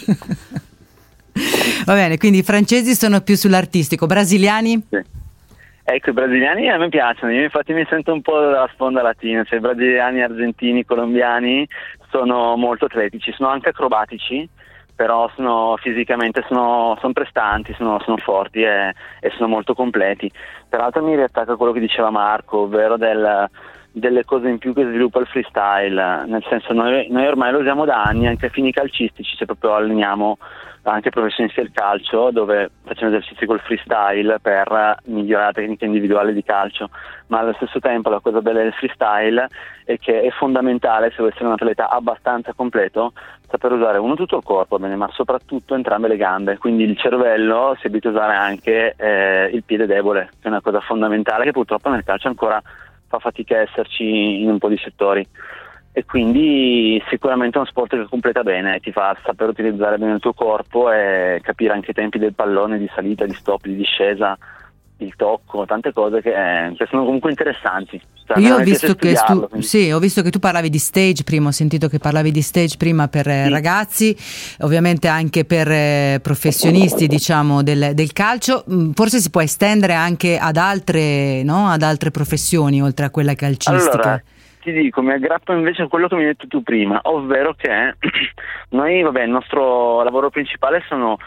Va bene, quindi i francesi sono più sull'artistico, brasiliani? Sì. Ecco, i brasiliani a me piacciono, io infatti mi sento un po' dalla sponda latina, cioè brasiliani, argentini, colombiani sono molto atletici, sono anche acrobatici, però fisicamente sono prestanti, sono forti e sono molto completi. Peraltro mi riattacca a quello che diceva Marco, ovvero delle cose in più che sviluppa il freestyle, nel senso noi ormai lo usiamo da anni anche a fini calcistici, cioè proprio alleniamo anche professionisti del calcio dove facciamo esercizi col freestyle per migliorare la tecnica individuale di calcio, ma allo stesso tempo la cosa bella del freestyle è che è fondamentale, se vuoi essere un atleta abbastanza completo, saper usare tutto il corpo, bene, ma soprattutto entrambe le gambe, quindi il cervello si abita a usare anche il piede debole, che è una cosa fondamentale che purtroppo nel calcio ancora fa fatica a esserci in un po' di settori. E quindi sicuramente è uno sport che completa bene, ti fa saper utilizzare bene il tuo corpo e capire anche i tempi del pallone, di salita, di stop, di discesa, il tocco, tante cose che sono comunque interessanti. Cioè, io ho visto ho visto che tu parlavi di stage prima, ho sentito che parlavi di stage prima per ragazzi, ovviamente anche per professionisti diciamo del calcio, forse si può estendere anche ad altre professioni oltre a quella calcistica. Allora, ti dico, mi aggrappo invece a quello che mi hai detto tu prima, ovvero che noi, il nostro lavoro principale sono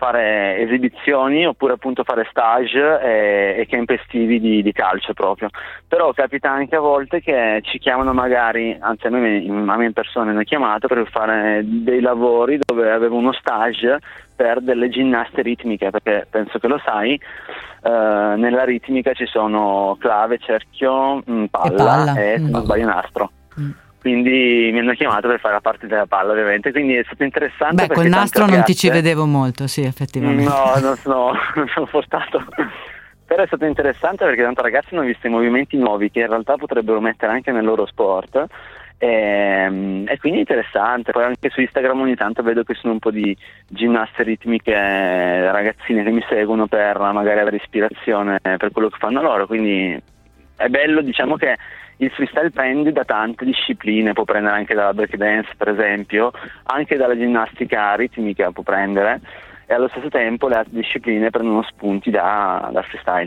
fare esibizioni oppure appunto fare stage e camp estivi di calcio proprio. Però capita anche a volte che ci chiamano magari, anzi a me in persona mi hanno chiamato per fare dei lavori dove avevo uno stage per delle ginnaste ritmiche, perché penso che lo sai, nella ritmica ci sono clave, cerchio, palla e se non sbaglio nastro. Quindi mi hanno chiamato per fare la parte della palla, ovviamente, quindi è stato interessante. Beh, col nastro non ti ci vedevo molto, sì, effettivamente. No, non sono portato. Però è stato interessante perché tanti ragazzi hanno visto i movimenti nuovi che in realtà potrebbero mettere anche nel loro sport. E quindi è interessante. Poi anche su Instagram ogni tanto vedo che sono un po' di ginnaste ritmiche, ragazzine che mi seguono per magari avere ispirazione per quello che fanno loro, quindi è bello, diciamo che il freestyle prende da tante discipline, può prendere anche dalla breakdance per esempio, anche dalla ginnastica ritmica può prendere, e allo stesso tempo le altre discipline prendono spunti da freestyle.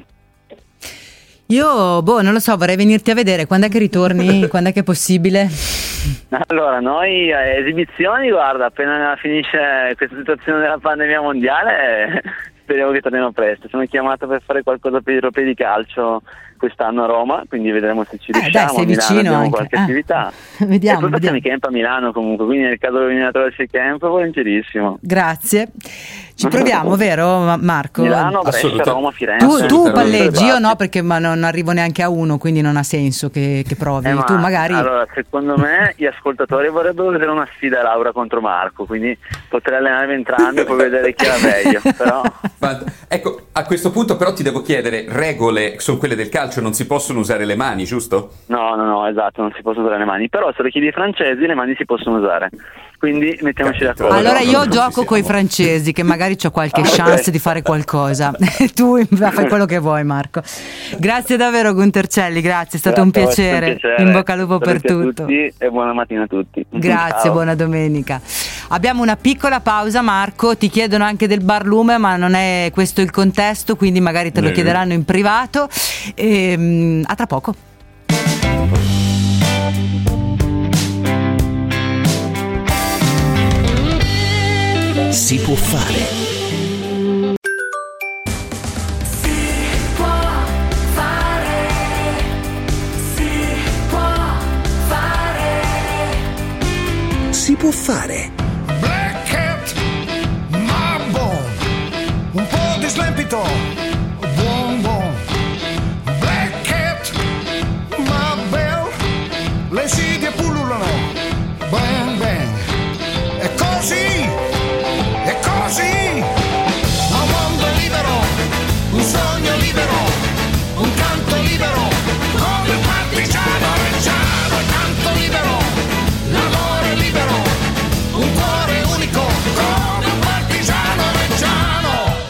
Io, non lo so, vorrei venirti a vedere. Quando è che ritorni? Quando è che è possibile? Allora, noi esibizioni, guarda, appena finisce questa situazione della pandemia mondiale, speriamo che torniamo presto. Sono chiamato per fare qualcosa per i europei di calcio quest'anno a Roma, quindi vedremo se ci riusciamo. Dai, sei a Milano vicino abbiamo anche. qualche attività. Vediamo. E poi facciamo i camp a Milano comunque, quindi nel caso che venire a trovarci il camp, volentierissimo. Grazie. Ci proviamo, vero Marco? Milano, Brescia, Roma, Firenze. Tu palleggi, io no, perché non arrivo neanche a uno, quindi non ha senso che provi. Tu magari. Allora, secondo me gli ascoltatori vorrebbero vedere una sfida Laura contro Marco, quindi potrei allenarvi entrambi e poi vedere chi era meglio. Però... Ecco, a questo punto però ti devo chiedere, regole sono quelle del calcio, non si possono usare le mani, giusto? No, esatto, non si possono usare le mani, però se lo chiedi ai francesi le mani si possono usare, quindi mettiamoci d'accordo. Allora io gioco coi francesi, che magari ho qualche chance di fare qualcosa. Tu fai quello che vuoi, Marco. Grazie davvero Guntercelli, grazie, è stato un piacere. In bocca al lupo per tutto. Tutti e buona mattina a tutti. Grazie, Ciao. buona domenica. Abbiamo una piccola pausa, Marco, ti chiedono anche del barlume, ma non è questo il contesto, quindi magari te lo chiederanno in privato. A tra poco. Si può fare. Si può fare. Black Cat, ma buon, un po' di slempito, buon. Black Cat, ma bel, le insidie pullulano, bang. E così, un mondo libero, un sogno libero, un canto libero, come un partigiano reggiano, canto libero, l'amore libero, un cuore unico, come un partigiano reggiano.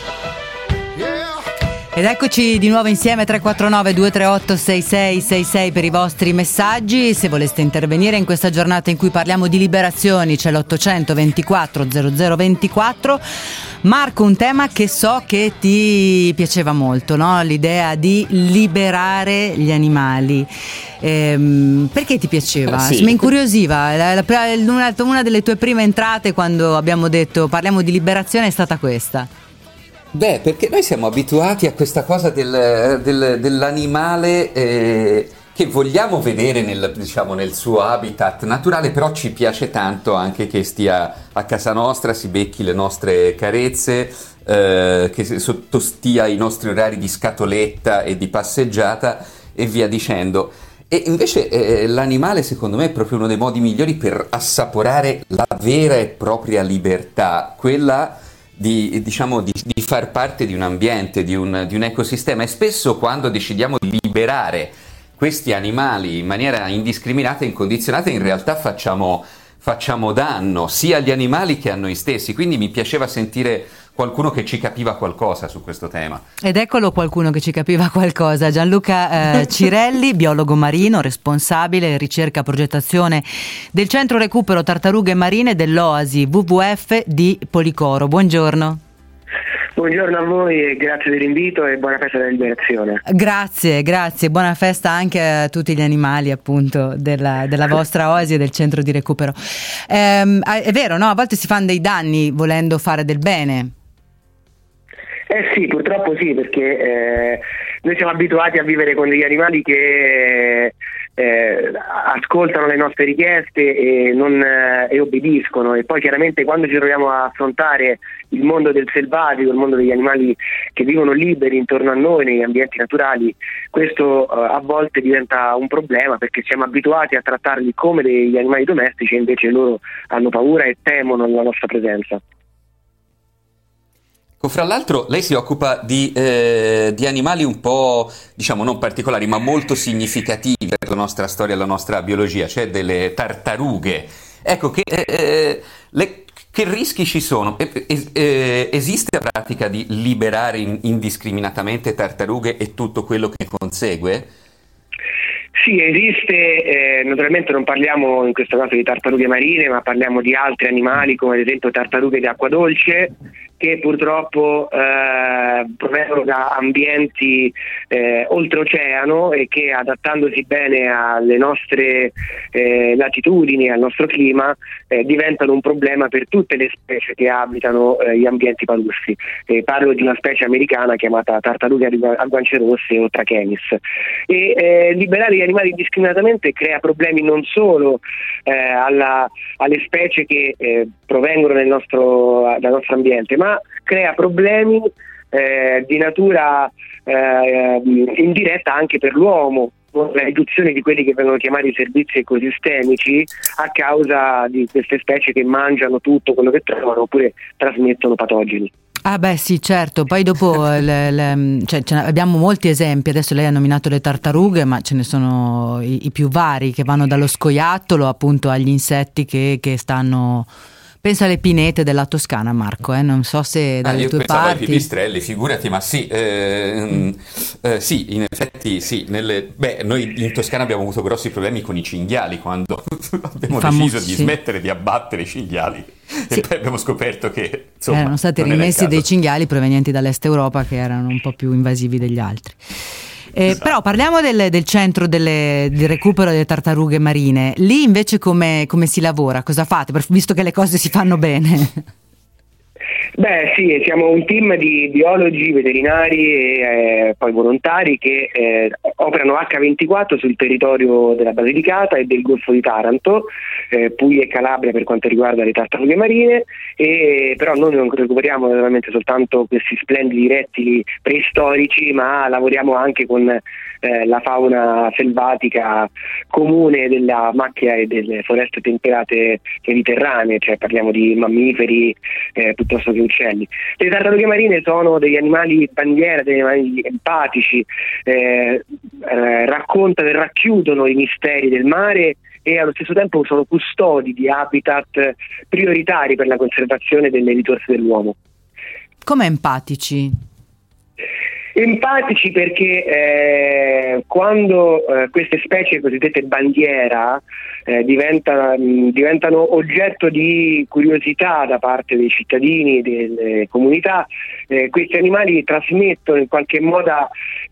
Ed eccoci di nuovo insieme, 349 238 6666 per i vostri messaggi. Se voleste intervenire in questa giornata in cui parliamo di liberazioni, c'è l'800 24 0024. Marco, un tema che so che ti piaceva molto, no? L'idea di liberare gli animali. Perché ti piaceva? Sì. Mi incuriosiva. Una delle tue prime entrate quando abbiamo detto parliamo di liberazione è stata questa. Beh, perché noi siamo abituati a questa cosa dell'animale che vogliamo vedere nel suo habitat naturale, però ci piace tanto anche che stia a casa nostra, si becchi le nostre carezze, che sottostia i nostri orari di scatoletta e di passeggiata e via dicendo. E invece l'animale secondo me è proprio uno dei modi migliori per assaporare la vera e propria libertà, quella di far parte di un ambiente, di un ecosistema, e spesso quando decidiamo di liberare questi animali in maniera indiscriminata e incondizionata in realtà facciamo danno sia agli animali che a noi stessi, quindi mi piaceva sentire qualcuno che ci capiva qualcosa su questo tema. Ed eccolo qualcuno che ci capiva qualcosa, Gianluca Cirelli, biologo marino, responsabile ricerca e progettazione del Centro Recupero Tartarughe Marine dell'Oasi WWF di Policoro. Buongiorno. Buongiorno a voi e grazie dell'invito e buona festa della liberazione. Grazie, buona festa anche a tutti gli animali appunto della vostra Oasi e del centro di recupero. È vero, no? A volte si fanno dei danni volendo fare del bene. Sì, purtroppo sì, perché noi siamo abituati a vivere con degli animali che ascoltano le nostre richieste e obbediscono, e poi chiaramente quando ci troviamo a affrontare il mondo del selvatico, il mondo degli animali che vivono liberi intorno a noi negli ambienti naturali, questo a volte diventa un problema, perché siamo abituati a trattarli come degli animali domestici e invece loro hanno paura e temono la nostra presenza. Fra l'altro lei si occupa di animali un po', diciamo, non particolari, ma molto significativi per la nostra storia e la nostra biologia, cioè delle tartarughe. Ecco, che rischi ci sono? Esiste la pratica di liberare indiscriminatamente tartarughe e tutto quello che consegue? Sì, esiste, naturalmente non parliamo in questo caso di tartarughe marine, ma parliamo di altri animali come ad esempio tartarughe di acqua dolce, che purtroppo provengono da ambienti oltreoceano e che, adattandosi bene alle nostre latitudini, al nostro clima, diventano un problema per tutte le specie che abitano gli ambienti palussi. Parlo di una specie americana chiamata tartaruga a guance rosse o Trachemis. Liberare gli animali indiscriminatamente crea problemi non solo alle specie che provengono dal nostro ambiente, ma crea problemi di natura indiretta anche per l'uomo, con la riduzione di quelli che vengono chiamati servizi ecosistemici a causa di queste specie che mangiano tutto quello che trovano oppure trasmettono patogeni. Ah beh sì, certo, poi dopo abbiamo molti esempi. Adesso lei ha nominato le tartarughe, ma ce ne sono i più vari, che vanno dallo scoiattolo appunto agli insetti che stanno... Pensa alle pinete della Toscana, Marco, non so se dalle tue parti... Io pensavo ai pipistrelli, figurati, ma sì, sì, in effetti sì. Noi in Toscana abbiamo avuto grossi problemi con i cinghiali quando abbiamo deciso di smettere di abbattere i cinghiali. Sì. E poi abbiamo scoperto che insomma, erano stati rimessi dei cinghiali provenienti dall'est Europa che erano un po' più invasivi degli altri. Esatto. Però parliamo del centro di recupero delle tartarughe marine. Lì invece come si lavora? Cosa fate? Visto che le cose si fanno bene. Beh sì, siamo un team di biologi, veterinari e poi volontari che operano H24 sul territorio della Basilicata e del Golfo di Taranto, Puglia e Calabria per quanto riguarda le tartarughe marine, però noi non recuperiamo naturalmente soltanto questi splendidi rettili preistorici, ma lavoriamo anche con la fauna selvatica comune della macchia e delle foreste temperate mediterranee, cioè parliamo di mammiferi piuttosto che uccelli. Le tartarughe marine sono degli animali bandiera, degli animali empatici, raccontano e racchiudono i misteri del mare e allo stesso tempo sono custodi di habitat prioritari per la conservazione delle risorse dell'uomo. Come empatici? Empatici perché quando queste specie cosiddette bandiera diventano oggetto di curiosità da parte dei cittadini, delle comunità, questi animali trasmettono in qualche modo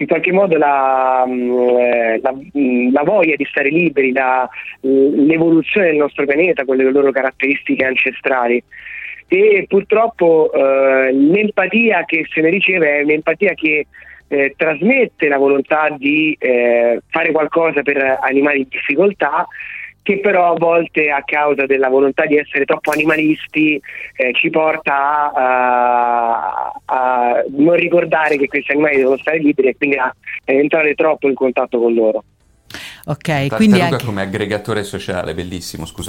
la voglia di stare liberi, l'evoluzione del nostro pianeta con le loro caratteristiche ancestrali. E purtroppo l'empatia che se ne riceve è un'empatia che trasmette la volontà di fare qualcosa per animali in difficoltà, che però a volte, a causa della volontà di essere troppo animalisti, ci porta a non ricordare che questi animali devono stare liberi e quindi a entrare troppo in contatto con loro. Ok, quindi anche come aggregatore sociale, bellissimo, scusa.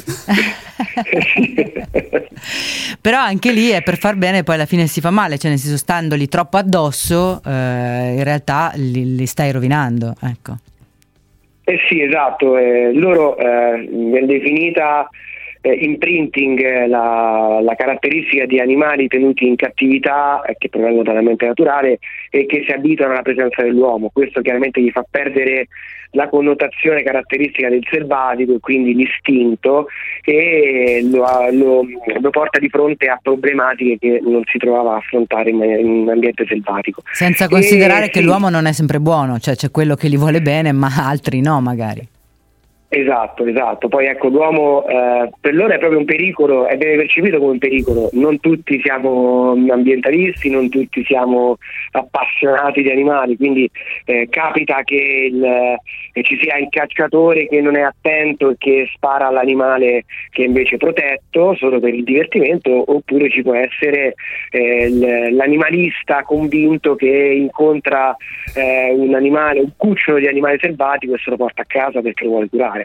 Però anche lì è per far bene, poi alla fine si fa male, cioè nel senso, standoli troppo addosso in realtà li stai rovinando, ecco. Sì, esatto, loro viene definita imprinting la caratteristica di animali tenuti in cattività che provengono dall'ambiente naturale e che si abituano alla presenza dell'uomo. Questo chiaramente gli fa perdere la connotazione caratteristica del selvatico e quindi l'istinto, e lo porta di fronte a problematiche che non si trovava a affrontare in un ambiente selvatico. Senza considerare che l'uomo non è sempre buono, cioè c'è quello che gli vuole bene ma altri no magari. Esatto. Poi ecco, l'uomo per loro è proprio un pericolo, e viene percepito come un pericolo. Non tutti siamo ambientalisti, non tutti siamo appassionati di animali, quindi capita che ci sia il cacciatore che non è attento e che spara all'animale che è invece protetto solo per il divertimento, oppure ci può essere l'animalista convinto che incontra un animale, un cucciolo di animale selvatico e se lo porta a casa perché lo vuole curare.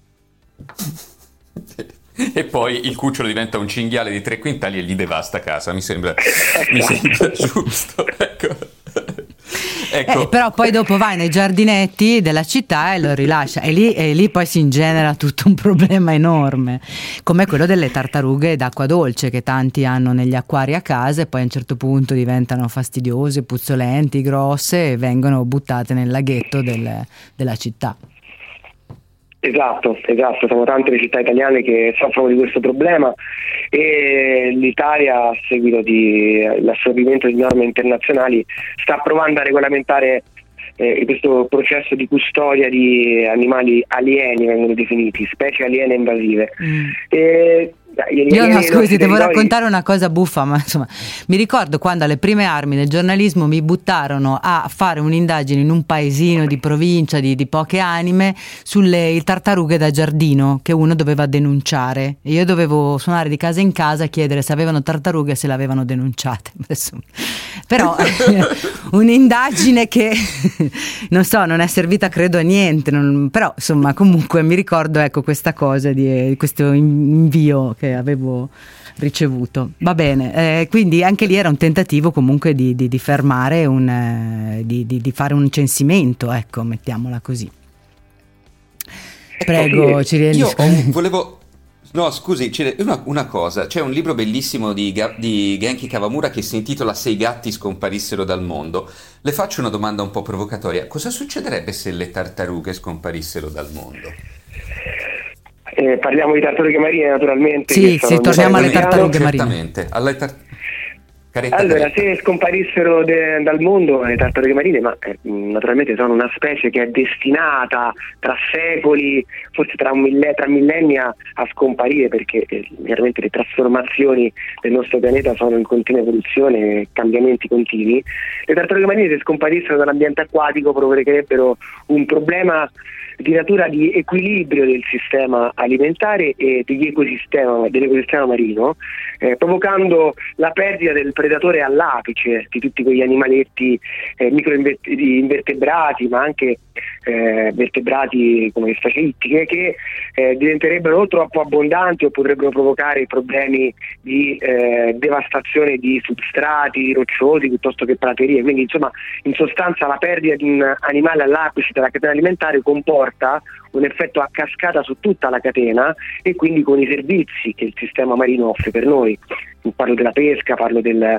E poi il cucciolo diventa un cinghiale di 3 quintali e gli devasta casa, mi sembra giusto, ecco. Però poi dopo vai nei giardinetti della città e lo rilascia, e lì poi si ingenera tutto un problema enorme, come quello delle tartarughe d'acqua dolce che tanti hanno negli acquari a casa e poi a un certo punto diventano fastidiose, puzzolenti, grosse e vengono buttate nel laghetto della città. Esatto, sono tante le città italiane che soffrono di questo problema e l'Italia, a seguito dell'assorbimento di norme internazionali, sta provando a regolamentare questo processo di custodia di animali alieni, vengono definiti, specie aliene invasive. Io no, scusi, devo raccontare una cosa buffa, ma insomma mi ricordo quando alle prime armi del giornalismo mi buttarono a fare un'indagine in un paesino di provincia di poche anime sulle tartarughe da giardino che uno doveva denunciare, e io dovevo suonare di casa in casa a chiedere se avevano tartarughe e se le avevano denunciate. Però un'indagine che non è servita credo a niente, però insomma comunque mi ricordo, ecco, questa cosa di questo invio che avevo ricevuto. Va bene, quindi anche lì era un tentativo comunque di fermare di fare un censimento, ecco, mettiamola così. Prego, Cirielli. Io volevo... No, scusi, una cosa, c'è un libro bellissimo di Genki Kawamura che si intitola Se i gatti scomparissero dal mondo. Le faccio una domanda un po' provocatoria. Cosa succederebbe se le tartarughe scomparissero dal mondo? Parliamo di tartarughe marine, naturalmente. Sì, torniamo alle tartarughe marine. Certamente, Allora, se scomparissero dal mondo le tartarughe marine, ma naturalmente sono una specie che è destinata tra secoli, forse tra millenni a scomparire, perché chiaramente le trasformazioni del nostro pianeta sono in continua evoluzione, cambiamenti continui. Le tartarughe marine, se scomparissero dall'ambiente acquatico, provocherebbero un problema di natura di equilibrio del sistema alimentare e dell'ecosistema marino, provocando la perdita del predatore all'apice di tutti quegli animaletti microinvertebrati, ma anche vertebrati come le specie ittiche, che diventerebbero o troppo abbondanti o potrebbero provocare problemi di devastazione di substrati rocciosi piuttosto che praterie. Quindi insomma, in sostanza, la perdita di un animale all'apice della catena alimentare comporta un effetto a cascata su tutta la catena e quindi con i servizi che il sistema marino offre per noi. Parlo della pesca, parlo della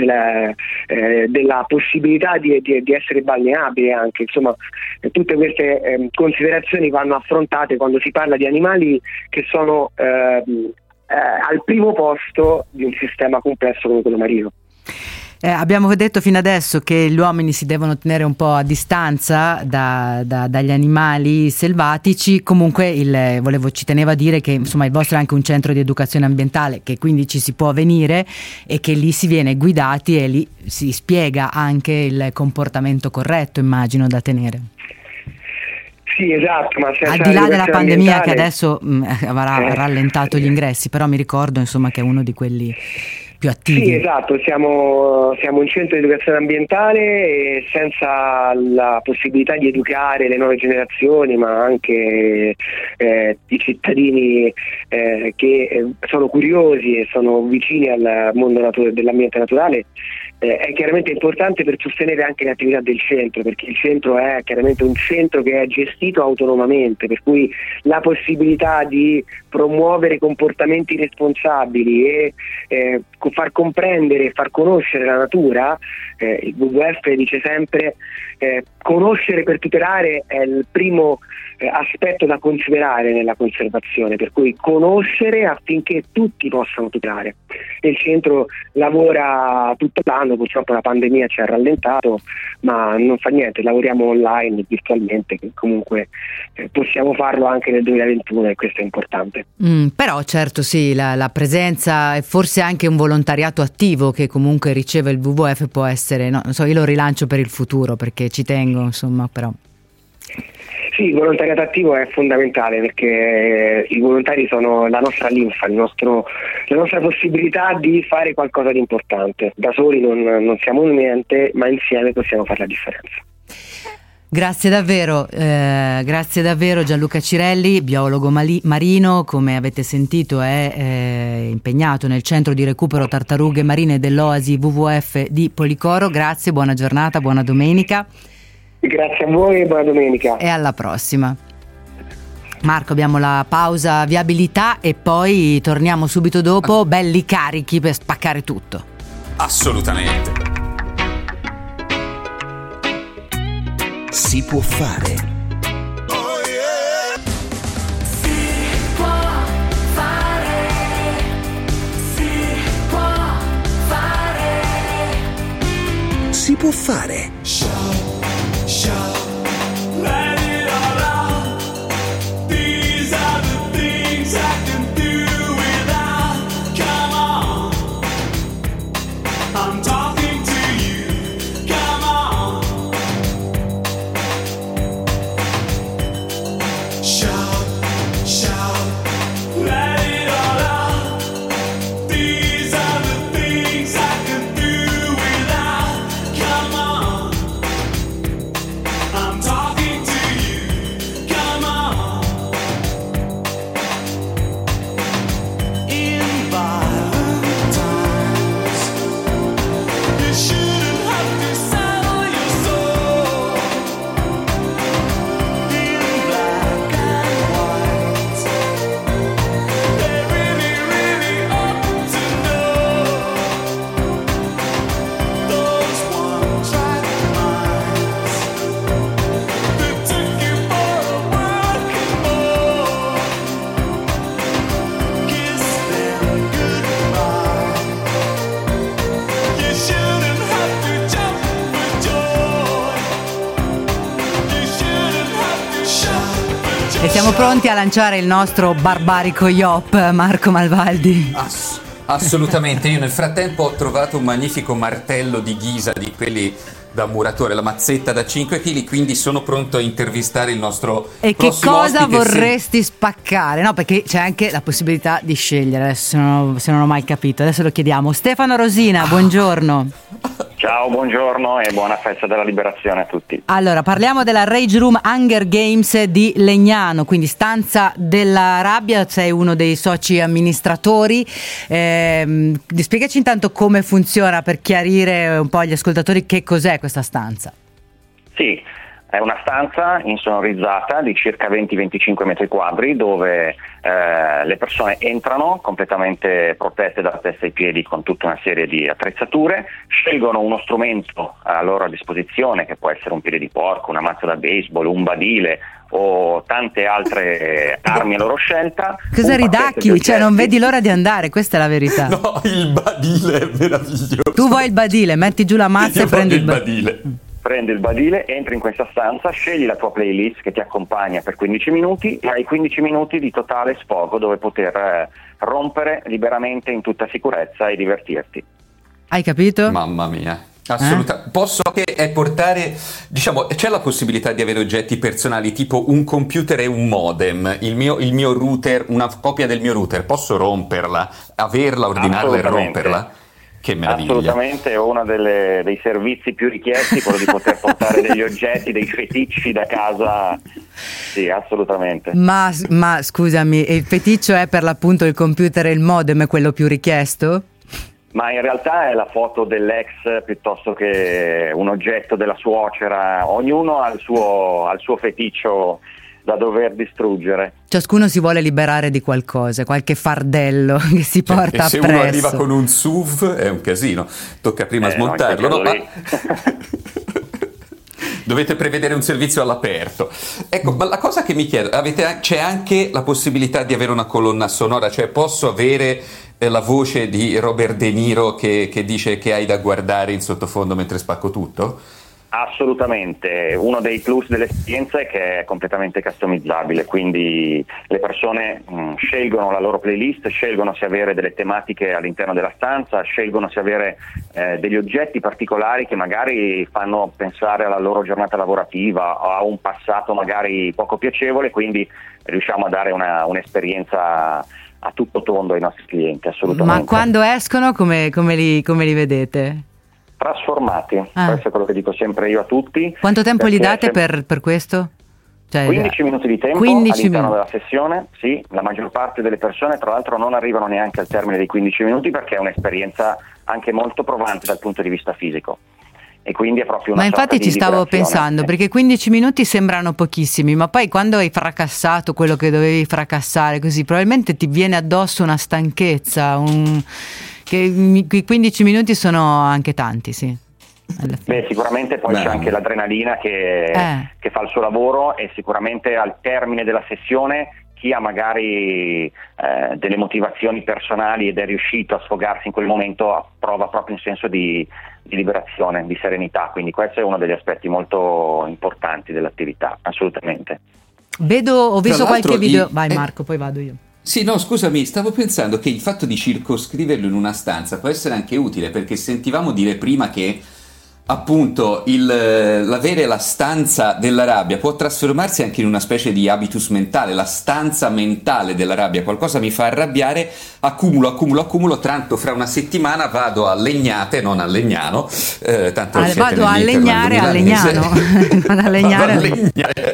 possibilità di essere balneabile anche. Insomma, tutte queste considerazioni vanno affrontate quando si parla di animali che sono al primo posto di un sistema complesso come quello marino. Abbiamo detto fino adesso che gli uomini si devono tenere un po' a distanza dagli animali selvatici. Comunque ci tenevo a dire che insomma il vostro è anche un centro di educazione ambientale, che quindi ci si può venire e che lì si viene guidati e lì si spiega anche il comportamento corretto, immagino, da tenere. Sì, esatto, ma al di là della pandemia che adesso avrà rallentato gli ingressi, però mi ricordo insomma che è uno di quelli più attivi. Sì, esatto, siamo un centro di educazione ambientale e senza la possibilità di educare le nuove generazioni, ma anche i cittadini che sono curiosi e sono vicini al mondo dell'ambiente naturale, è chiaramente importante per sostenere anche le attività del centro, perché il centro è chiaramente un centro che è gestito autonomamente, per cui la possibilità di promuovere comportamenti responsabili e far comprendere e far conoscere la natura. Il WWF dice sempre conoscere per tutelare è il primo aspetto da considerare nella conservazione, per cui conoscere affinché tutti possano tutelare. Il centro lavora tutto l'anno, purtroppo la pandemia ci ha rallentato, ma non fa niente, lavoriamo online virtualmente, che comunque possiamo farlo anche nel 2021 e questo è importante. Però certo sì, la presenza e forse anche un volontariato attivo che comunque riceve il WWF può essere, no, non so, io lo rilancio per il futuro perché ci tengo, insomma, però. Sì, il volontariato attivo è fondamentale perché i volontari sono la nostra linfa, la nostra possibilità di fare qualcosa di importante. Da soli non siamo niente, ma insieme possiamo fare la differenza. Grazie davvero Gianluca Cirelli, biologo marino, come avete sentito è impegnato nel centro di recupero tartarughe marine dell'Oasi WWF di Policoro. Grazie, buona giornata, buona domenica. Grazie a voi e buona domenica. E alla prossima. Marco, abbiamo la pausa viabilità e poi torniamo subito dopo, belli carichi per spaccare tutto. Assolutamente. Si può fare. Si può fare. Let it all out. These are the things I can do without. Come on, I'm talking to you. Come on, shout, shout. Let it all out. These are the things I can do without. Come on, I'm talking to you. Come on. In violent times, you shouldn't have to sell your soul. In black and white, they really, really ought to know those one-track minds that took you for a working boy. Kiss them goodbye. You shouldn't have to jump for joy. You shouldn't have to shout for joy. E siamo pronti a lanciare il nostro barbarico Yop, Marco Malvaldi. Assolutamente, io nel frattempo ho trovato un magnifico martello di ghisa, di quelli da muratore, la mazzetta da 5 kg, quindi sono pronto a intervistare il nostro E che prossimo cosa ospite. vorresti spaccare? No, perché c'è anche la possibilità di scegliere, adesso se non ho mai capito, adesso lo chiediamo. Stefano Rosina, buongiorno. Ciao, buongiorno e buona festa della liberazione a tutti. Allora, parliamo della Rage Room Hunger Games di Legnano, quindi Stanza della Rabbia, sei uno dei soci amministratori. Spiegaci intanto come funziona per chiarire un po' agli ascoltatori che cos'è questa stanza. Sì, è una stanza insonorizzata di circa 20-25 metri quadri dove le persone entrano completamente protette dalla testa ai piedi con tutta una serie di attrezzature, scelgono uno strumento a loro disposizione che può essere un piede di porco, una mazza da baseball, un badile o tante altre armi a loro scelta. Cosa ridacchi? Cioè non vedi l'ora di andare, questa è la verità. No, il badile è meraviglioso. Tu vuoi il badile, metti giù la mazza Io e prendi il badile. Prendi il badile, entri in questa stanza, scegli la tua playlist che ti accompagna per 15 minuti e hai 15 minuti di totale sfogo dove poter rompere liberamente in tutta sicurezza e divertirti. Hai capito? Mamma mia. Assolutamente. Posso anche portare, diciamo, c'è la possibilità di avere oggetti personali tipo un computer e un modem, il mio router, una copia del mio router, posso romperla, averla, ordinarla e romperla? Che meraviglia. Assolutamente, è uno dei servizi più richiesti, quello di poter portare degli oggetti, dei feticci da casa. Sì, assolutamente. Ma scusami, il feticcio è per l'appunto il computer e il modem, è quello più richiesto? Ma in realtà è la foto dell'ex piuttosto che un oggetto della suocera, ognuno ha il suo feticcio da dover distruggere. Ciascuno si vuole liberare di qualcosa, qualche fardello che si porta e se appresso. uno arriva con un SUV è un casino, tocca prima smontarlo, no, ma dovete prevedere un servizio all'aperto. Ecco, ma la cosa che mi chiedo, c'è anche la possibilità di avere una colonna sonora, cioè posso avere la voce di Robert De Niro che dice che hai da guardare in sottofondo mentre spacco tutto? Assolutamente, uno dei plus dell'esperienza è che è completamente customizzabile, quindi le persone scelgono la loro playlist, scelgono se avere delle tematiche all'interno della stanza, scelgono se avere degli oggetti particolari che magari fanno pensare alla loro giornata lavorativa o a un passato magari poco piacevole, quindi riusciamo a dare un'esperienza a tutto tondo ai nostri clienti, assolutamente. Ma quando escono come li vedete? Trasformati, questo è quello che dico sempre io a tutti. Quanto tempo gli date per questo? Cioè, 15 minuti di tempo 15 all'interno minuti. della sessione, sì, la maggior parte delle persone tra l'altro non arrivano neanche al termine dei 15 minuti perché è un'esperienza anche molto provante dal punto di vista fisico. E quindi è proprio una Ma infatti sorta ci di stavo liberazione. pensando, perché 15 minuti sembrano pochissimi, ma poi quando hai fracassato quello che dovevi fracassare così, probabilmente ti viene addosso una stanchezza, che i 15 minuti sono anche tanti, sì. Beh, sicuramente poi c'è anche l'adrenalina che fa il suo lavoro e sicuramente al termine della sessione chi ha magari delle motivazioni personali ed è riuscito a sfogarsi in quel momento prova proprio un senso di liberazione, di serenità, quindi questo è uno degli aspetti molto importanti dell'attività, assolutamente. Ho visto qualche video. Vai Marco. Marco, poi vado io. Sì, no, scusami, stavo pensando che il fatto di circoscriverlo in una stanza può essere anche utile, perché sentivamo dire prima che appunto l'avere la stanza della rabbia può trasformarsi anche in una specie di habitus mentale, la stanza mentale della rabbia, qualcosa mi fa arrabbiare, accumulo, tanto fra una settimana vado a Legnate, non a Legnano, tanto vado a legnare a Legnano, vado a legnare.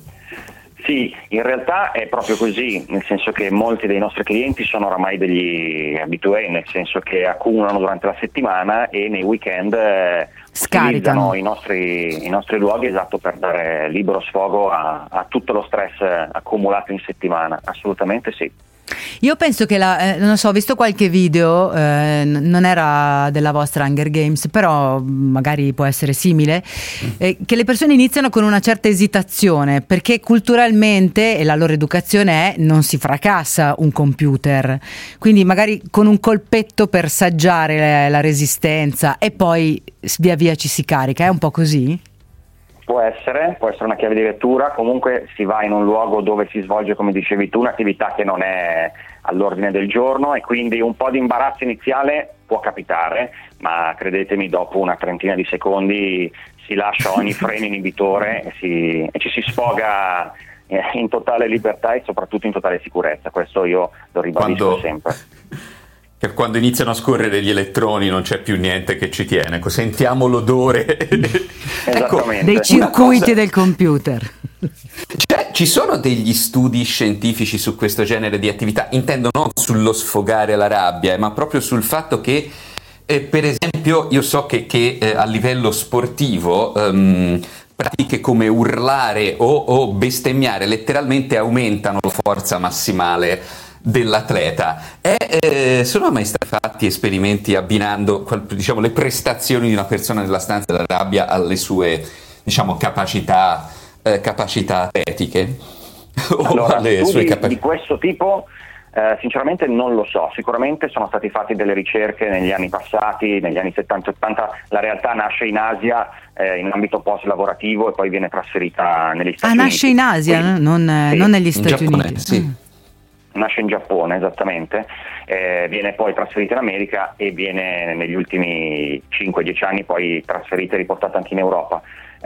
Sì, in realtà è proprio così, nel senso che molti dei nostri clienti sono oramai degli abitué, nel senso che accumulano durante la settimana e nei weekend utilizzano i nostri luoghi esatto per dare libero sfogo a tutto lo stress accumulato in settimana, assolutamente sì. Io penso che non so, ho visto qualche video, non era della vostra Hunger Games, però magari può essere simile, che le persone iniziano con una certa esitazione, perché culturalmente e la loro educazione è non si fracassa un computer, quindi magari con un colpetto per saggiare la resistenza e poi via via ci si carica, è un po' così? Può essere una chiave di lettura, comunque si va in un luogo dove si svolge, come dicevi tu, un'attività che non è all'ordine del giorno e quindi un po' di imbarazzo iniziale può capitare, ma credetemi dopo una trentina di secondi si lascia ogni freno inibitore e ci si sfoga in totale libertà e soprattutto in totale sicurezza, questo io lo ribadisco sempre. Che quando iniziano a scorrere gli elettroni non c'è più niente che ci tiene, sentiamo l'odore dei circuiti del computer. Ci sono degli studi scientifici su questo genere di attività, intendo non sullo sfogare la rabbia, ma proprio sul fatto che per esempio io so che a livello sportivo pratiche come urlare o bestemmiare letteralmente aumentano la forza massimale dell'atleta. Sono mai stati fatti esperimenti abbinando le prestazioni di una persona nella stanza della rabbia alle sue capacità atletiche? Allora, studi di questo tipo sinceramente non lo so, sicuramente sono stati fatti delle ricerche negli anni passati, negli anni 70 e 80, la realtà nasce in Asia in ambito post lavorativo e poi viene trasferita negli Stati Uniti. Nasce in Asia, quindi, non negli Stati Giappone, Uniti? Sì. Nasce in Giappone, esattamente, viene poi trasferita in America e viene negli ultimi 5-10 anni poi trasferita e riportata anche in Europa.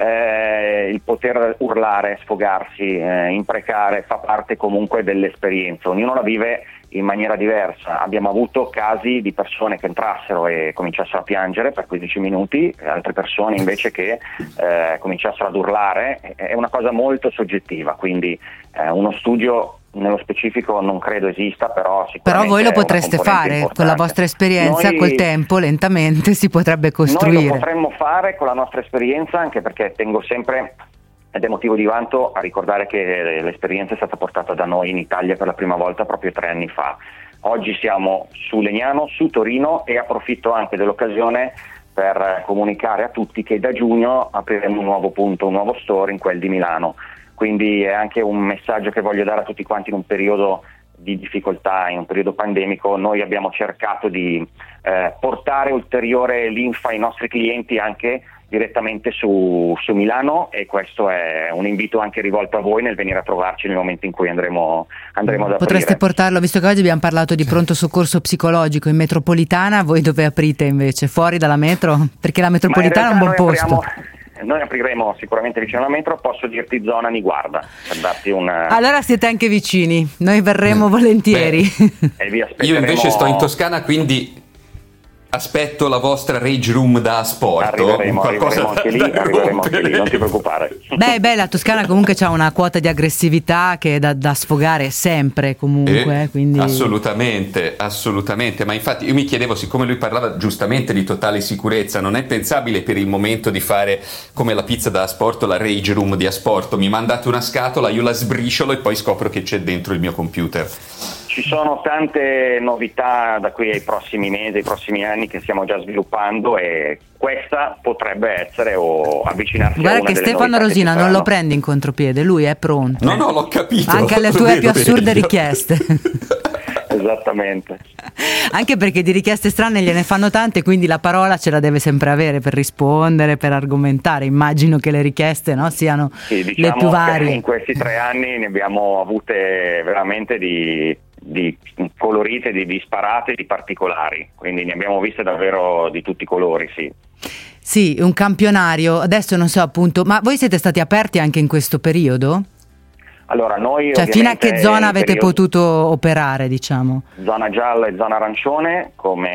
Il poter urlare, sfogarsi, imprecare fa parte comunque dell'esperienza, ognuno la vive in maniera diversa. Abbiamo avuto casi di persone che entrassero e cominciassero a piangere per 15 minuti, altre persone invece che cominciassero ad urlare, è una cosa molto soggettiva, quindi uno studio nello specifico non credo esista, però sicuramente però voi lo potreste fare importante. Con la vostra esperienza, col tempo lentamente si potrebbe costruire. Noi lo potremmo fare con la nostra esperienza, anche perché tengo sempre ed è motivo di vanto a ricordare che l'esperienza è stata portata da noi in Italia per la prima volta proprio 3 anni fa. Oggi siamo su Legnano, su Torino, e approfitto anche dell'occasione per comunicare a tutti che da giugno apriremo un nuovo punto, un nuovo store in quel di Milano. Quindi è anche un messaggio che voglio dare a tutti quanti in un periodo di difficoltà, in un periodo pandemico. Noi abbiamo cercato di portare ulteriore linfa ai nostri clienti anche direttamente su Milano, e questo è un invito anche rivolto a voi nel venire a trovarci nel momento in cui andremo ad aprire. Potreste portarlo, visto che oggi abbiamo parlato di pronto soccorso psicologico in metropolitana, voi dove aprite invece? Fuori dalla metro? Perché la metropolitana è un buon posto. Noi apriremo sicuramente vicino alla metro, posso dirti zona Niguarda, per darti una... Allora siete anche vicini, noi verremo volentieri. E vi aspetteremo... Io invece sto in Toscana, quindi aspetto la vostra rage room da sport. Arriveremo anche lì, non ti preoccupare. Beh, la Toscana comunque c'ha una quota di aggressività che è da sfogare sempre comunque. Quindi... Assolutamente, ma infatti io mi chiedevo, siccome lui parlava giustamente di totale sicurezza, non è pensabile per il momento di fare come la pizza da Asporto, la rage room di Asporto? Mi mandate una scatola, io la sbriciolo e poi scopro che c'è dentro il mio computer. Ci sono tante novità da qui ai prossimi mesi, ai prossimi anni che stiamo già sviluppando, e questa potrebbe essere o avvicinarsi a una delle novità. Guarda che Stefano Rosina non lo prendi in contropiede, lui è pronto. No, l'ho capito. Anche alle tue più assurde richieste. Esattamente. Anche perché di richieste strane gliene fanno tante, quindi la parola ce la deve sempre avere per rispondere, per argomentare. Immagino che le richieste, no, siano le più varie. In questi 3 anni ne abbiamo avute veramente di colorite, di disparate, di particolari, quindi ne abbiamo viste davvero di tutti i colori, sì. Sì, un campionario. Adesso non so appunto, ma voi siete stati aperti anche in questo periodo? Allora noi fino a che zona avete potuto operare, diciamo? Zona gialla e zona arancione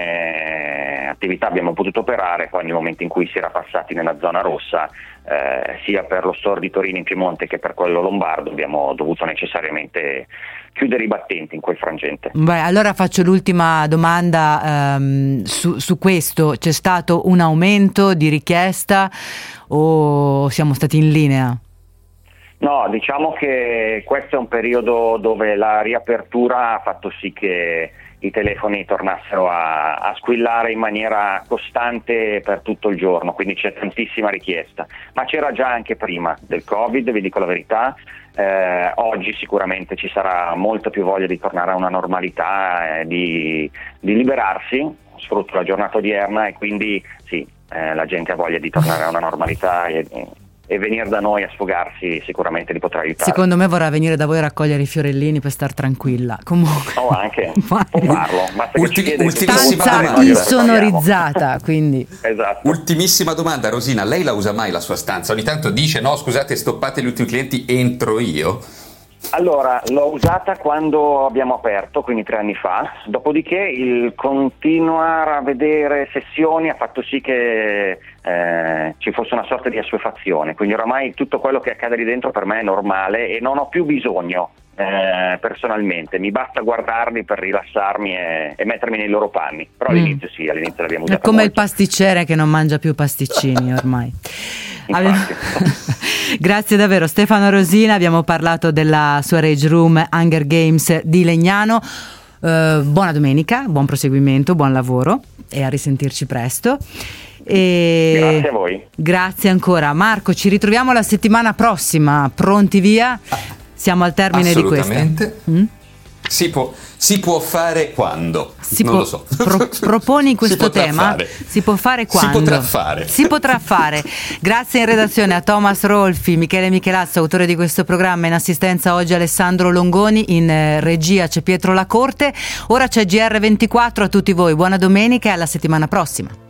come attività abbiamo potuto operare, poi nel momento in cui si era passati nella zona rossa, sia per lo store di Torino in Piemonte che per quello lombardo, abbiamo dovuto necessariamente chiudere i battenti in quel frangente. Beh, allora faccio l'ultima domanda su questo. C'è stato un aumento di richiesta o siamo stati in linea? No, diciamo che questo è un periodo dove la riapertura ha fatto sì che i telefoni tornassero a squillare in maniera costante per tutto il giorno, quindi c'è tantissima richiesta, ma c'era già anche prima del Covid, vi dico la verità. Oggi sicuramente ci sarà molta più voglia di tornare a una normalità, di liberarsi, sfrutto la giornata odierna, e quindi sì, la gente ha voglia di tornare a una normalità e venire da noi a sfogarsi sicuramente li potrà aiutare. Secondo me vorrà venire da voi a raccogliere i fiorellini per star tranquilla. Comunque. Anche può farlo. Stanza insonorizzata, quindi. Esatto. Ultimissima domanda, Rosina, lei la usa mai la sua stanza? Ogni tanto dice no, scusate, stoppate gli ultimi clienti, entro io. Allora, l'ho usata quando abbiamo aperto, quindi 3 anni fa, dopodiché il continuare a vedere sessioni ha fatto sì che ci fosse una sorta di assuefazione, quindi oramai tutto quello che accade lì dentro per me è normale e non ho più bisogno personalmente, mi basta guardarli per rilassarmi e mettermi nei loro panni, però all'inizio sì, all'inizio l'abbiamo usata è come molto. Il pasticcere che non mangia più pasticcini ormai. Grazie davvero Stefano Rosina, abbiamo parlato della sua Rage Room Hunger Games di Legnano. Buona domenica, buon proseguimento, buon lavoro e a risentirci presto. Grazie a voi. Grazie ancora Marco, ci ritroviamo la settimana prossima, pronti via? Siamo al termine di questa. Si può fare quando? Non lo so. Proponi questo tema? Si può fare quando? Si potrà fare. Grazie in redazione a Thomas Rolfi, Michele Michelazzo, autore di questo programma, in assistenza oggi Alessandro Longoni, in regia c'è Pietro Lacorte. Ora c'è GR24, a tutti voi buona domenica e alla settimana prossima.